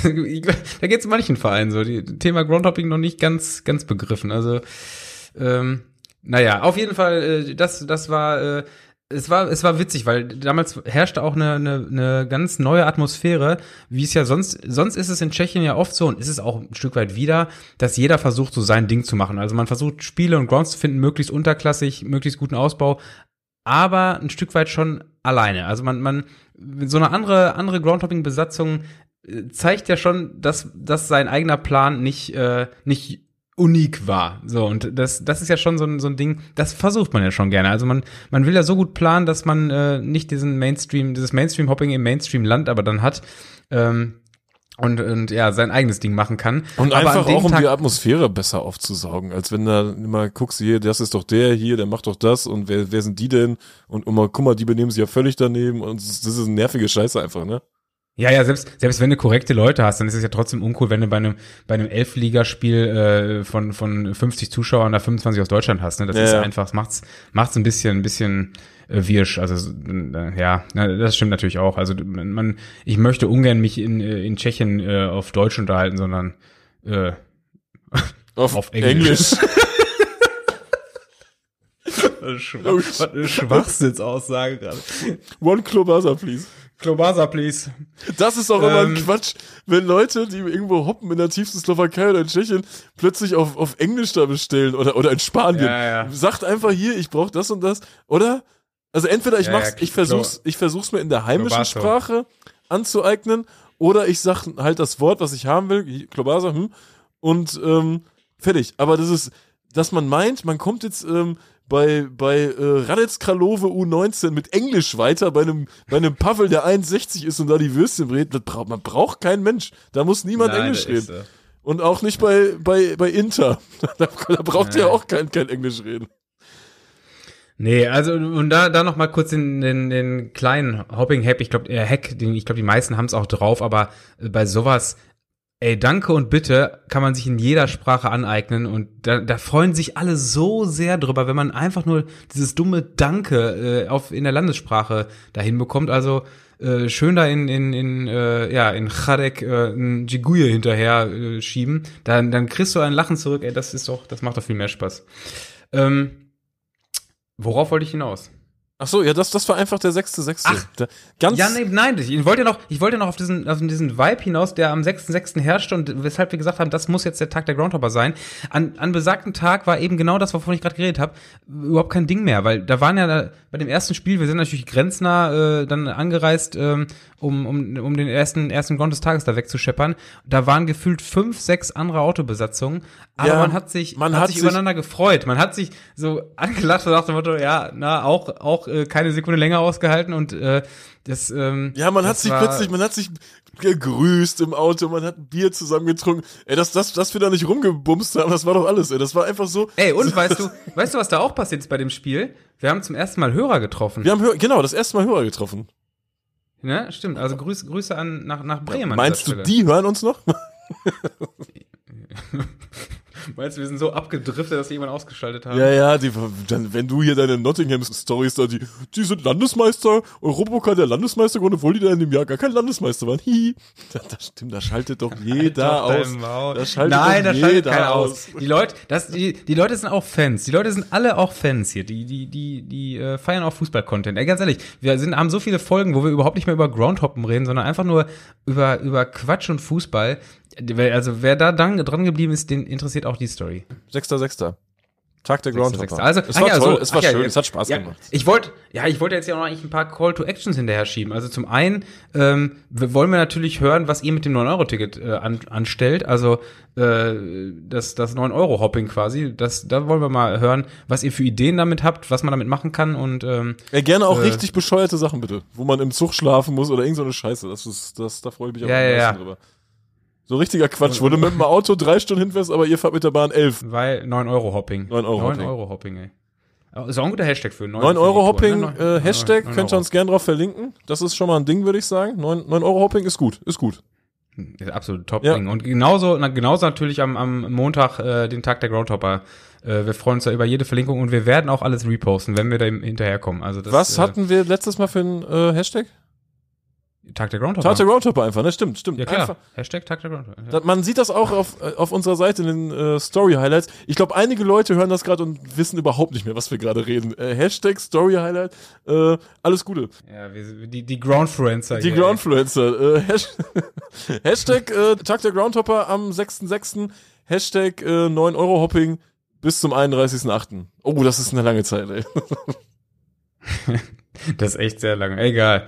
da geht's manchen Vereinen so, die Thema Groundhopping noch nicht ganz, ganz begriffen. Also, ähm, naja, auf jeden Fall, äh, das, das war, äh, Es war, es war witzig, weil damals herrschte auch eine, eine, eine ganz neue Atmosphäre, wie es ja sonst, sonst ist es in Tschechien ja oft so und ist es auch ein Stück weit wieder, dass jeder versucht, so sein Ding zu machen. Also man versucht, Spiele und Grounds zu finden, möglichst unterklassig, möglichst guten Ausbau, aber ein Stück weit schon alleine. Also man, man, so eine andere, andere Groundhopping-Besatzung zeigt ja schon, dass, dass sein eigener Plan nicht, äh, nicht unik war. So, und das, das ist ja schon so ein, so ein Ding, das versucht man ja schon gerne. Also man, man will ja so gut planen, dass man äh, nicht diesen Mainstream, dieses Mainstream-Hopping im Mainstream-Land aber dann hat, ähm, und, und ja, sein eigenes Ding machen kann. Und aber einfach auch, um Tag die Atmosphäre besser aufzusaugen, als wenn da immer guckst, hier, das ist doch der hier, der macht doch das und wer, wer sind die denn? Und, und mal, guck mal, die benehmen sich ja völlig daneben und das ist eine nervige Scheiße einfach, ne? Ja, ja, selbst, selbst wenn du korrekte Leute hast, dann ist es ja trotzdem uncool, wenn du bei einem, bei einem Elf-Ligaspiel äh, von, von fünfzig Zuschauern da fünfundzwanzig aus Deutschland hast, ne? Das ja, ist ja. einfach, das macht's, macht's ein bisschen, ein bisschen äh, wirsch. Also, äh, ja, das stimmt natürlich auch. Also, man, ich möchte ungern mich in, in Tschechien äh, auf Deutsch unterhalten, sondern äh, auf, auf Englisch. Englisch. Was eine Schwachsinnsaussage gerade. One Klobasa, please. Klobasa, please. Das ist auch immer ein Ähm, Quatsch, wenn Leute, die irgendwo hoppen in der tiefsten Slowakei oder in Tschechien, plötzlich auf, auf Englisch da bestellen oder, oder in Spanien. Ja, ja. Sagt einfach hier, ich brauche das und das. Oder? Also entweder ich Ja, mach's, ja, ich versuch's, ich versuch's mir in der heimischen Klobaso. Sprache anzueignen, oder ich sag halt das Wort, was ich haben will, Klobasa, hm, und ähm, fertig. Aber das ist, dass man meint, man kommt jetzt ähm, bei bei äh, Radec Kralove U neunzehn mit Englisch weiter, bei einem bei einem Pavel, der eins sechzig ist und da die Würstchen brät, das braucht, man braucht kein Mensch. Da muss niemand Nein, Englisch das ist reden. so. Und auch nicht bei bei bei Inter. Da, da braucht Nee. ja auch kein, kein Englisch reden. Nee, also und da da noch mal kurz den den, den kleinen Hopping-Hack, ich glaube, äh, Hack, den ich glaube, die meisten haben es auch drauf, aber äh, bei sowas, ey, danke und bitte kann man sich in jeder Sprache aneignen und da, da freuen sich alle so sehr drüber, wenn man einfach nur dieses dumme Danke äh, auf in der Landessprache dahin bekommt. Also äh, schön da in in in äh, ja in Radec äh, ein Dziguye hinterher äh, schieben, dann dann kriegst du ein Lachen zurück. Ey, das ist doch, das macht doch viel mehr Spaß. Ähm, Worauf wollte ich hinaus? Ach so, ja, das, das war einfach der sechste sechste. Ach. Da, ganz, Ja, nee, nein, ich wollte ja noch, ich wollte ja noch auf diesen, auf diesen Vibe hinaus, der am sechsten sechsten herrschte und weshalb wir gesagt haben, das muss jetzt der Tag der Groundhopper sein. An, an besagten Tag war eben genau das, wovon ich gerade geredet habe, überhaupt kein Ding mehr, weil da waren ja da, bei dem ersten Spiel, wir sind natürlich grenznah äh, dann angereist, ähm, um, um, um den ersten, ersten Ground des Tages da wegzuscheppern. Da waren gefühlt fünf, sechs andere Autobesatzungen, aber Ja, man hat sich, man hat hat sich sich- übereinander gefreut. Man hat sich so angelacht und nach dem Motto, ja, na, auch, auch äh, keine Sekunde länger ausgehalten und äh, das, ähm, Ja, man hat das sich war- plötzlich, man hat sich gegrüßt im Auto, man hat ein Bier zusammen getrunken. Ey, das, das, das wir da nicht rumgebumst haben, das war doch alles, ey. Das war einfach so. Ey, und weißt du, weißt du, was da auch passiert ist bei dem Spiel? Wir haben zum ersten Mal Hörer getroffen. Wir haben, Hör- genau, das erste Mal Hörer getroffen. Ne? Stimmt, also Grüße, Grüße an, nach, nach Bremen. an Meinst dieser du, Stelle. die hören uns noch? Meinst du, wir sind so abgedriftet, dass wir jemanden ausgeschaltet haben? Ja, ja, die, dann, wenn du hier deine Nottingham-Stories da, die, die sind Landesmeister, Europapokal der Landesmeister gewonnen, obwohl die da in dem Jahr gar kein Landesmeister waren. Hihi. Das, das stimmt, da schaltet doch jeder aus. Da schaltet Nein, doch da schaltet jeder keiner aus. aus. Die Leute, das, die, die Leute sind auch Fans. Die Leute sind alle auch Fans hier. Die, die, die, die äh, feiern auch Fußball-Content. Ey, ganz ehrlich, wir sind, haben so viele Folgen, wo wir überhaupt nicht mehr über Groundhoppen reden, sondern einfach nur über, über Quatsch und Fußball. Also wer da dran, dran geblieben ist, den interessiert auch die Story. Sechster, Sechster. Tag der Groundhopper. Also, es war ja, toll, so, es war ja, schön, ja, es hat Spaß ja, gemacht. Ich wollte, ja, ich wollte jetzt ja auch noch eigentlich ein paar Call to Actions hinterher schieben. Also zum einen ähm, wir wollen wir natürlich hören, was ihr mit dem neun Euro Ticket äh, an, anstellt. Also äh, das, das neun Euro Hopping quasi. Das, da wollen wir mal hören, was ihr für Ideen damit habt, was man damit machen kann und ähm, ja, gerne auch äh, richtig bescheuerte Sachen bitte, wo man im Zug schlafen muss oder irgend so eine Scheiße. Das ist, das, da freue ich mich auch ja, am meisten ja. drüber. So richtiger Quatsch, wo du mit dem Auto drei Stunden hinfährst, aber ihr fahrt mit der Bahn elf. Weil neun Euro Hopping. neun Euro Hopping. neun Euro Hopping, ey. Ist auch ein guter Hashtag für neun Euro Hopping, ne? äh, Hashtag, neun könnt ihr uns gerne drauf verlinken. Das ist schon mal ein Ding, würde ich sagen. neun Euro Hopping ist gut, ist gut. Ist absolut Top-Ding. Ja. Und genauso, na, genauso natürlich am, am Montag äh, den Tag der Groundhopper. Äh, wir freuen uns da über jede Verlinkung und wir werden auch alles reposten, wenn wir da hinterherkommen. Also das, Was äh, hatten wir letztes Mal für einen äh, Hashtag? Tag der Groundhopper. Tag der Groundhopper einfach, ne? Stimmt, stimmt. Ja, klar. Einfach. Hashtag Tag der Groundhopper. Ja. Da, man sieht das auch auf, auf unserer Seite in den äh, Story-Highlights. Ich glaube, einige Leute hören das gerade und wissen überhaupt nicht mehr, was wir gerade reden. Äh, Hashtag Story-Highlight, äh, alles Gute. Ja, wir, die, die Groundfluencer. Die hier, Groundfluencer. Äh, Hash Hashtag äh, Tag der Groundhopper am sechster sechster Hashtag äh, neun Euro Hopping bis zum einunddreißigsten achten Oh, das ist eine lange Zeit, ey. Das ist echt sehr lange. Egal.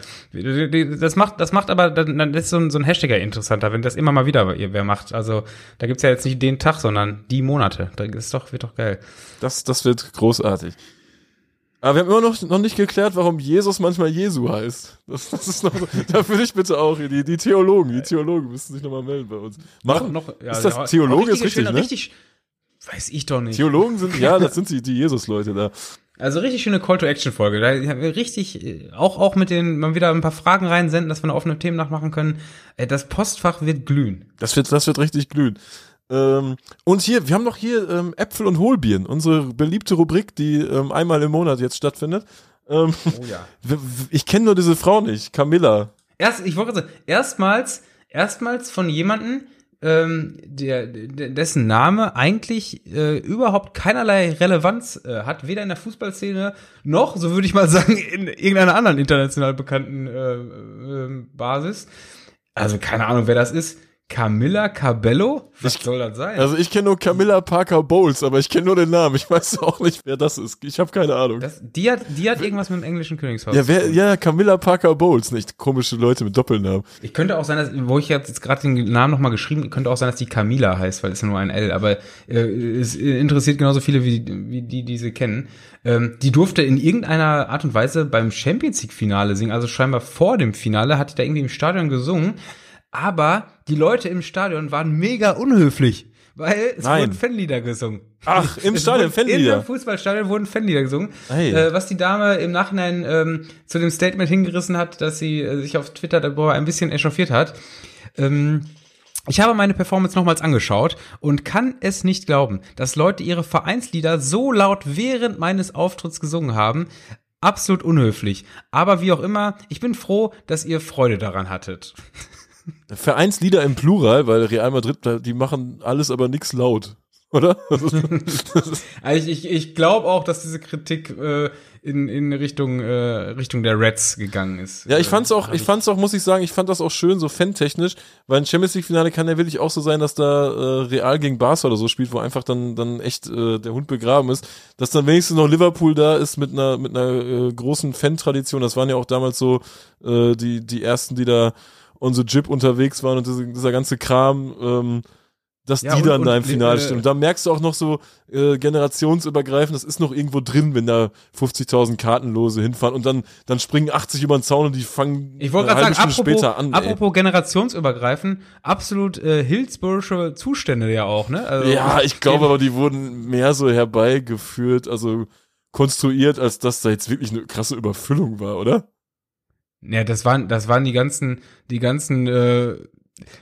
Das macht, das macht aber, dann ist so ein, so ein Hashtag ja interessanter, wenn das immer mal wieder wer macht. Also, da gibt's ja jetzt nicht den Tag, sondern die Monate. Das ist doch, wird doch geil. Das, das wird großartig. Aber wir haben immer noch, noch nicht geklärt, warum Jesus manchmal Jesu heißt. Das, das ist noch, da würde ich bitte auch, die, die Theologen, die Theologen müssten sich nochmal melden bei uns. Machen, noch, noch, ja, ist das ja, Theologe ist richtig, schöne, ne? Richtig, weiß ich doch nicht. Theologen sind, ja, das sind die, die Jesus-Leute da. Also richtig schöne Call-to-Action-Folge. Da haben wir richtig, auch, auch mit den, mal wieder ein paar Fragen reinsenden, dass wir eine offene Themen nachmachen können. Das Postfach wird glühen. Das wird, das wird richtig glühen. Ähm, und hier, wir haben noch hier ähm, Äpfel und Hohlbieren, unsere beliebte Rubrik, die ähm, einmal im Monat jetzt stattfindet. Ähm, oh ja. Ich kenne nur diese Frau nicht, Camilla. Erst, ich wollte sagen, erstmals, erstmals von jemandem, ähm, der, der, dessen Name eigentlich äh, überhaupt keinerlei Relevanz äh, hat, weder in der Fußballszene noch, so würde ich mal sagen, in irgendeiner anderen international bekannten äh, äh, Basis. Also keine Ahnung, wer das ist. Camilla Cabello? Was ich, soll das sein? Also ich kenne nur Camilla Parker Bowles, aber ich kenne nur den Namen. Ich weiß auch nicht, wer das ist. Ich habe keine Ahnung. Das, die, hat, die hat irgendwas mit dem englischen Königshaus. Ja, wer, ja, Camilla Parker Bowles, nicht komische Leute mit Doppelnamen. Ich könnte auch sein, dass, wo ich jetzt gerade den Namen nochmal geschrieben, könnte auch sein, dass die Camilla heißt, weil es ja nur ein L, aber äh, es interessiert genauso viele, wie, wie die, die sie kennen. Ähm, die durfte in irgendeiner Art und Weise beim Champions League Finale singen, also scheinbar vor dem Finale hat die da irgendwie im Stadion gesungen. Aber die Leute im Stadion waren mega unhöflich, weil es Nein. wurden Fanlieder gesungen. Ach, im Stadion, Fanlieder? Im Fußballstadion wurden Fanlieder gesungen. Hey. Äh, was die Dame im Nachhinein ähm, zu dem Statement hingerissen hat, dass sie äh, sich auf Twitter darüber ein bisschen echauffiert hat. Ähm, ich habe meine Performance nochmals angeschaut und kann es nicht glauben, dass Leute ihre Vereinslieder so laut während meines Auftritts gesungen haben. Absolut unhöflich. Aber wie auch immer, ich bin froh, dass ihr Freude daran hattet. Vereinslieder im Plural, weil Real Madrid, die machen alles, aber nix laut, oder? Das ist, das ist also ich, ich glaube auch, dass diese Kritik äh, in, in Richtung, äh, Richtung der Reds gegangen ist. Ja, ich fand's auch, ich fand's auch, muss ich sagen, ich fand das auch schön, so fantechnisch, weil ein Champions League Finale kann ja wirklich auch so sein, dass da äh, Real gegen Barca oder so spielt, wo einfach dann dann echt äh, der Hund begraben ist, dass dann wenigstens noch Liverpool da ist mit einer mit einer äh, großen Fan-Tradition. Das waren ja auch damals so äh, die die ersten, die da unsere Jip unterwegs waren und diese, dieser ganze Kram, ähm, dass ja, die und, dann und, da im Finale äh, stehen. Und da merkst du auch noch so äh, generationsübergreifend, das ist noch irgendwo drin, wenn da fünfzigtausend Kartenlose hinfahren und dann dann springen achtzig über den Zaun und die fangen ich wollte eine gerade halbe sagen, Stunde apropos, später an. apropos generationsübergreifend, absolut äh, Hillsboroughsche Zustände ja auch, ne? Also, ja, ich glaube aber, die wurden mehr so herbeigeführt, also konstruiert, als dass da jetzt wirklich eine krasse Überfüllung war, oder? Ja, das waren, das waren die ganzen, die ganzen, äh,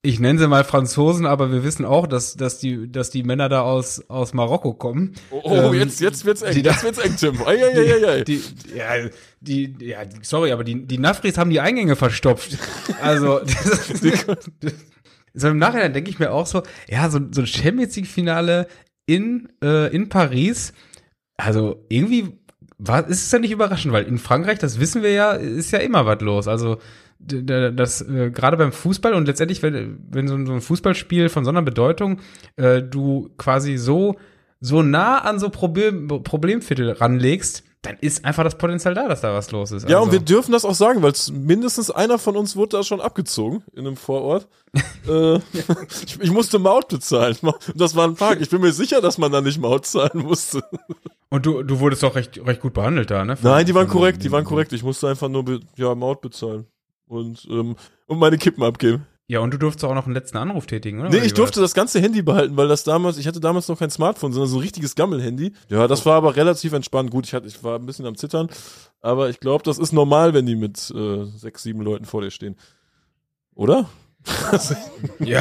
ich nenne sie mal Franzosen, aber wir wissen auch, dass, dass die, dass die Männer da aus, aus Marokko kommen. Oh, oh Ähm, jetzt, jetzt wird's eng, die da- jetzt wird's eng, Tim. Ei, ei, ei, ei, ei. Die, ja, die, ja, sorry, aber die, die Nafris haben die Eingänge verstopft. Also, das, das, so im Nachhinein denke ich mir auch so, ja, so, so ein Champions League-Finale in, äh, in Paris, also irgendwie war, ist es ja nicht überraschend, weil in Frankreich, das wissen wir ja, ist ja immer was los. Also, d- d- das, äh, gerade beim Fußball und letztendlich, wenn, wenn so ein, so ein Fußballspiel von so einer Bedeutung, äh, du quasi so, so nah an so Problem, Problemviertel ranlegst, dann ist einfach das Potenzial da, dass da was los ist. Ja, also. und wir dürfen das auch sagen, weil mindestens einer von uns wurde da schon abgezogen in einem Vorort. äh, ich, ich musste Maut bezahlen. Das war ein Park. Ich bin mir sicher, dass man da nicht Maut zahlen musste. Und du, du wurdest auch recht, recht gut behandelt da, ne? Von, Nein, die waren von- korrekt, die waren korrekt. Ich musste einfach nur be- ja, Maut bezahlen und, ähm, und meine Kippen abgeben. Ja, und du durftest auch noch einen letzten Anruf tätigen, oder? Nee, Oder ich wie war durfte das ganze Handy behalten, weil das damals, ich hatte damals noch kein Smartphone, sondern so ein richtiges Gammel-Handy. Ja, das war aber relativ entspannt. Gut, ich hatte, ich war ein bisschen am Zittern, aber ich glaube, das ist normal, wenn die mit äh, sechs, sieben Leuten vor dir stehen. Oder? das? Ja.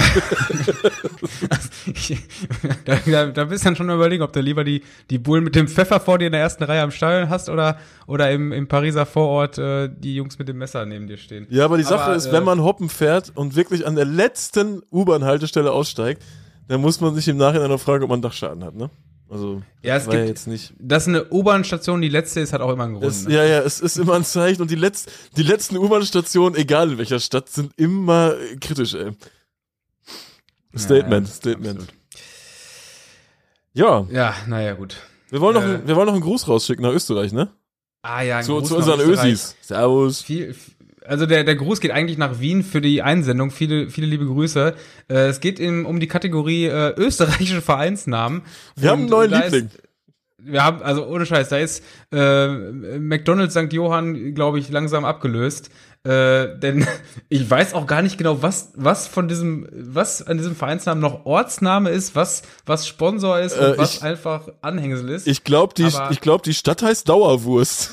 da, da, da bist du dann schon überlegen, ob du lieber die, die Bullen mit dem Pfeffer vor dir in der ersten Reihe am Stadion hast oder, oder im, im Pariser Vorort äh, die Jungs mit dem Messer neben dir stehen. Ja, aber die Sache Aber, ist, äh, wenn man hoppen fährt und wirklich an der letzten U-Bahn-Haltestelle aussteigt, dann muss man sich im Nachhinein noch fragen, ob man Dachschaden hat, ne? Also, Ja, es war ja gibt- jetzt nicht. Dass eine U-Bahn-Station die letzte ist, hat auch immer einen Grund. Es, ne? ja, ja, es ist immer ein Zeichen und die, letz, die letzten U-Bahn-Stationen, egal in welcher Stadt, sind immer äh, kritisch, ey. Statement, Ja, Statement. absolut. Ja, Ja, naja, gut. wir wollen, noch, Äh, einen- wir wollen noch einen Gruß rausschicken nach Österreich, ne? Ah ja, ein Zu, Gruß zu nach unseren Österreich. Ösis. Servus. Viel, also der, der Gruß geht eigentlich nach Wien für die Einsendung. Viele, viele liebe Grüße. Äh, es geht im, um die Kategorie äh, österreichische Vereinsnamen. Wir haben einen neuen da Liebling. Ist, wir haben, also ohne Scheiß, da ist äh, McDonald's Sankt Johann, glaube ich, langsam abgelöst. Äh, denn ich weiß auch gar nicht genau, was, was von diesem, was an diesem Vereinsnamen noch Ortsname ist, was, was Sponsor ist und Äh, was ich- einfach Anhängsel ist. Ich glaube, die, Aber- ich glaub, die Stadt heißt Dauerwurst.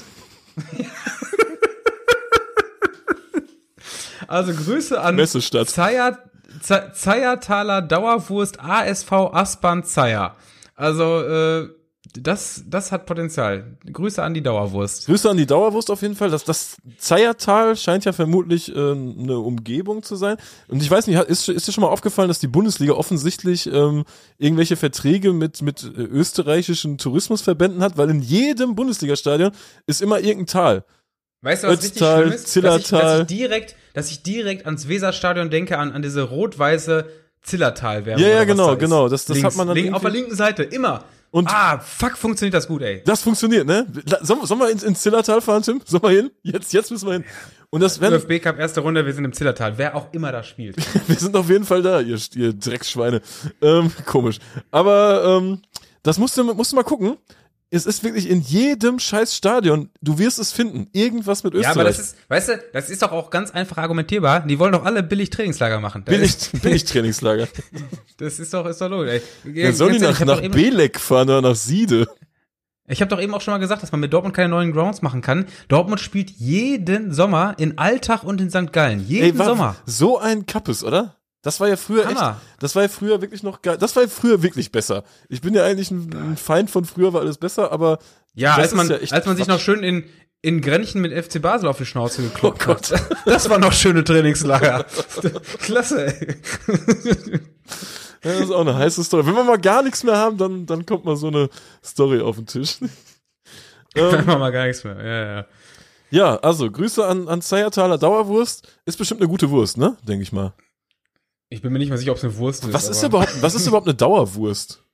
Also Grüße an Messestadt. Zeier, Ze- Zeiertaler Dauerwurst A S V Aspern Zeier. Also äh, das, das hat Potenzial. Grüße an die Dauerwurst. Grüße an die Dauerwurst auf jeden Fall. Das, das Zeiertal scheint ja vermutlich äh, eine Umgebung zu sein. Und ich weiß nicht, hat- ist, ist dir schon mal aufgefallen, dass die Bundesliga offensichtlich ähm, irgendwelche Verträge mit, mit äh, österreichischen Tourismusverbänden hat? Weil in jedem Bundesligastadion ist immer irgendein Tal. Weißt du, was richtig Ötztal, schlimm ist? Dass ich, Zillertal. dass ich direkt, dass ich direkt ans Weserstadion denke, an, an diese rot-weiße Zillertal-Werbung. Ja, ja, oder was genau, da ist. genau. Das- das Links, hat man dann link, auf der irgendwie- linken Seite, immer. Und- ah, fuck, funktioniert das gut, ey. Das funktioniert, ne? La- Sollen, sollen wir ins, ins Zillertal fahren, Tim? Sollen wir hin? Jetzt, jetzt müssen wir hin. Und das werden, ÖFB Cup, erste Runde, wir sind im Zillertal. Wer auch immer da spielt. wir sind auf jeden Fall da, ihr, ihr Drecksschweine. Ähm, komisch. Aber ähm, das musst du, musst du mal gucken. Es ist wirklich in jedem scheiß Stadion, du wirst es finden. Irgendwas mit Ja, Österreich. aber das ist, weißt du, das ist doch auch ganz einfach argumentierbar. Die wollen doch alle billig Trainingslager machen. Das Billig, ist, billig Trainingslager. das ist doch, ist doch logisch. Ey. Dann sollen die Ganz nach, ehrlich, nach ich hab doch eben- Belek fahren oder nach Siede. Ich habe doch eben auch schon mal gesagt, dass man mit Dortmund keine neuen Grounds machen kann. Dortmund spielt jeden Sommer in Altach und in Sankt Gallen. Jeden war Sommer. so ein Kappes, oder? Das war ja früher echt, Hammer. das war ja früher wirklich noch geil. Das war ja früher wirklich besser. Ich bin ja eigentlich ein, ein Feind von früher, war alles besser, aber Ja, das als ist man, ja echt als man sich Quatsch. noch schön in, in Grenchen mit F C Basel auf die Schnauze gekloppt Oh Gott. hat. Das war noch schöne Trainingslager. Klasse, ey. Ja, das ist auch eine heiße Story. Wenn wir mal gar nichts mehr haben, dann, dann kommt mal so eine Story auf den Tisch. Dann ähm, machen wir gar nichts mehr. Ja, ja. ja, also Grüße an, an Zeiertaler Dauerwurst. Ist bestimmt eine gute Wurst, ne? Denke ich mal. Ich bin mir nicht mal sicher, ob es eine Wurst ist. Was ist aber- überhaupt, was ist überhaupt eine Dauerwurst?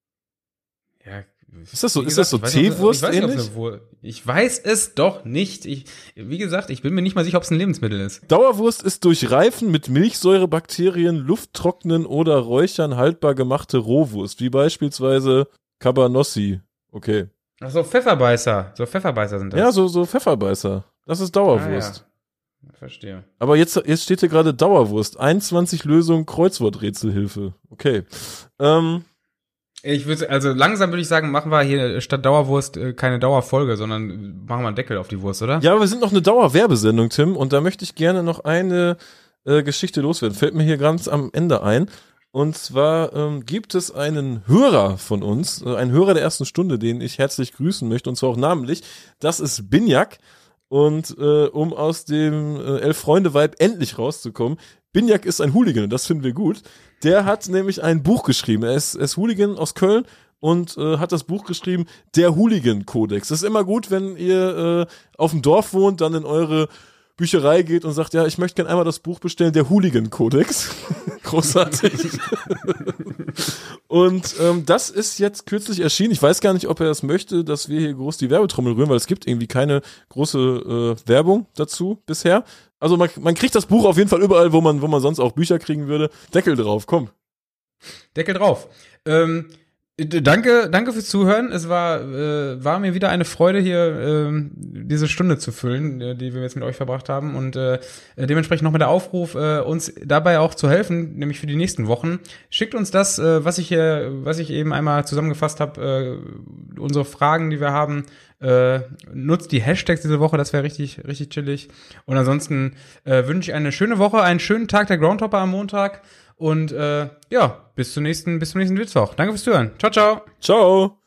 Ja, Ist das so- wie ist das so ich weiß nicht, ob- Teewurst ich weiß nicht, ob es ähnlich? eine Wur- Ich weiß es doch nicht. Ich, wie gesagt, ich bin mir nicht mal sicher, ob es ein Lebensmittel ist. Dauerwurst ist durch Reifen mit Milchsäurebakterien, Lufttrocknen oder Räuchern haltbar gemachte Rohwurst, wie beispielsweise Cabanossi. Okay. Ach so, Pfefferbeißer. So Pfefferbeißer sind das. Ja, so, so Pfefferbeißer. Das ist Dauerwurst. Ah, ja. Verstehe. Aber jetzt, jetzt steht hier gerade Dauerwurst. einundzwanzig Lösungen Kreuzworträtselhilfe. Okay. Ähm, Ich würde, also langsam würde ich sagen, machen wir hier statt Dauerwurst äh, keine Dauerfolge, sondern machen wir einen Deckel auf die Wurst, oder? ja, aber wir sind noch eine Dauerwerbesendung, Tim, und da möchte ich gerne noch eine äh, Geschichte loswerden. Fällt mir hier ganz am Ende ein. Und zwar ähm, gibt es einen Hörer von uns, äh, einen Hörer der ersten Stunde, den ich herzlich grüßen möchte, und zwar auch namentlich. Das ist Binjak. Und äh, um aus dem äh, Elf-Freunde-Vibe endlich rauszukommen, Binjak ist ein Hooligan, und das finden wir gut. Der hat nämlich ein Buch geschrieben. Er ist, er ist Hooligan aus Köln und äh, hat das Buch geschrieben, der Hooligan-Kodex. Das ist immer gut, wenn ihr äh, auf dem Dorf wohnt, dann in eure Bücherei geht und sagt, ja, ich möchte gerne einmal das Buch bestellen, der Hooligan-Kodex. Großartig. Und ähm, das ist jetzt kürzlich erschienen. Ich weiß gar nicht, ob er es möchte, dass wir hier groß die Werbetrommel rühren, weil es gibt irgendwie keine große äh, Werbung dazu bisher. Also man, man kriegt das Buch auf jeden Fall überall, wo man, wo man sonst auch Bücher kriegen würde. Deckel drauf, komm. Deckel drauf. Ähm, Danke, danke fürs Zuhören. Es war, äh, war mir wieder eine Freude, hier äh, diese Stunde zu füllen, äh, die wir jetzt mit euch verbracht haben. Und äh, dementsprechend noch mit der Aufruf, äh, uns dabei auch zu helfen, nämlich für die nächsten Wochen. Schickt uns das, äh, was ich hier, was ich eben einmal zusammengefasst habe, äh, unsere Fragen, die wir haben. Äh, nutzt die Hashtags diese Woche, das wäre richtig, richtig chillig. Und ansonsten äh, wünsche ich eine schöne Woche, einen schönen Tag der Groundhopper am Montag. Und äh, ja, bis zum nächsten, bis zum nächsten Mittwoch. Danke fürs Zuhören. Ciao, ciao. Ciao.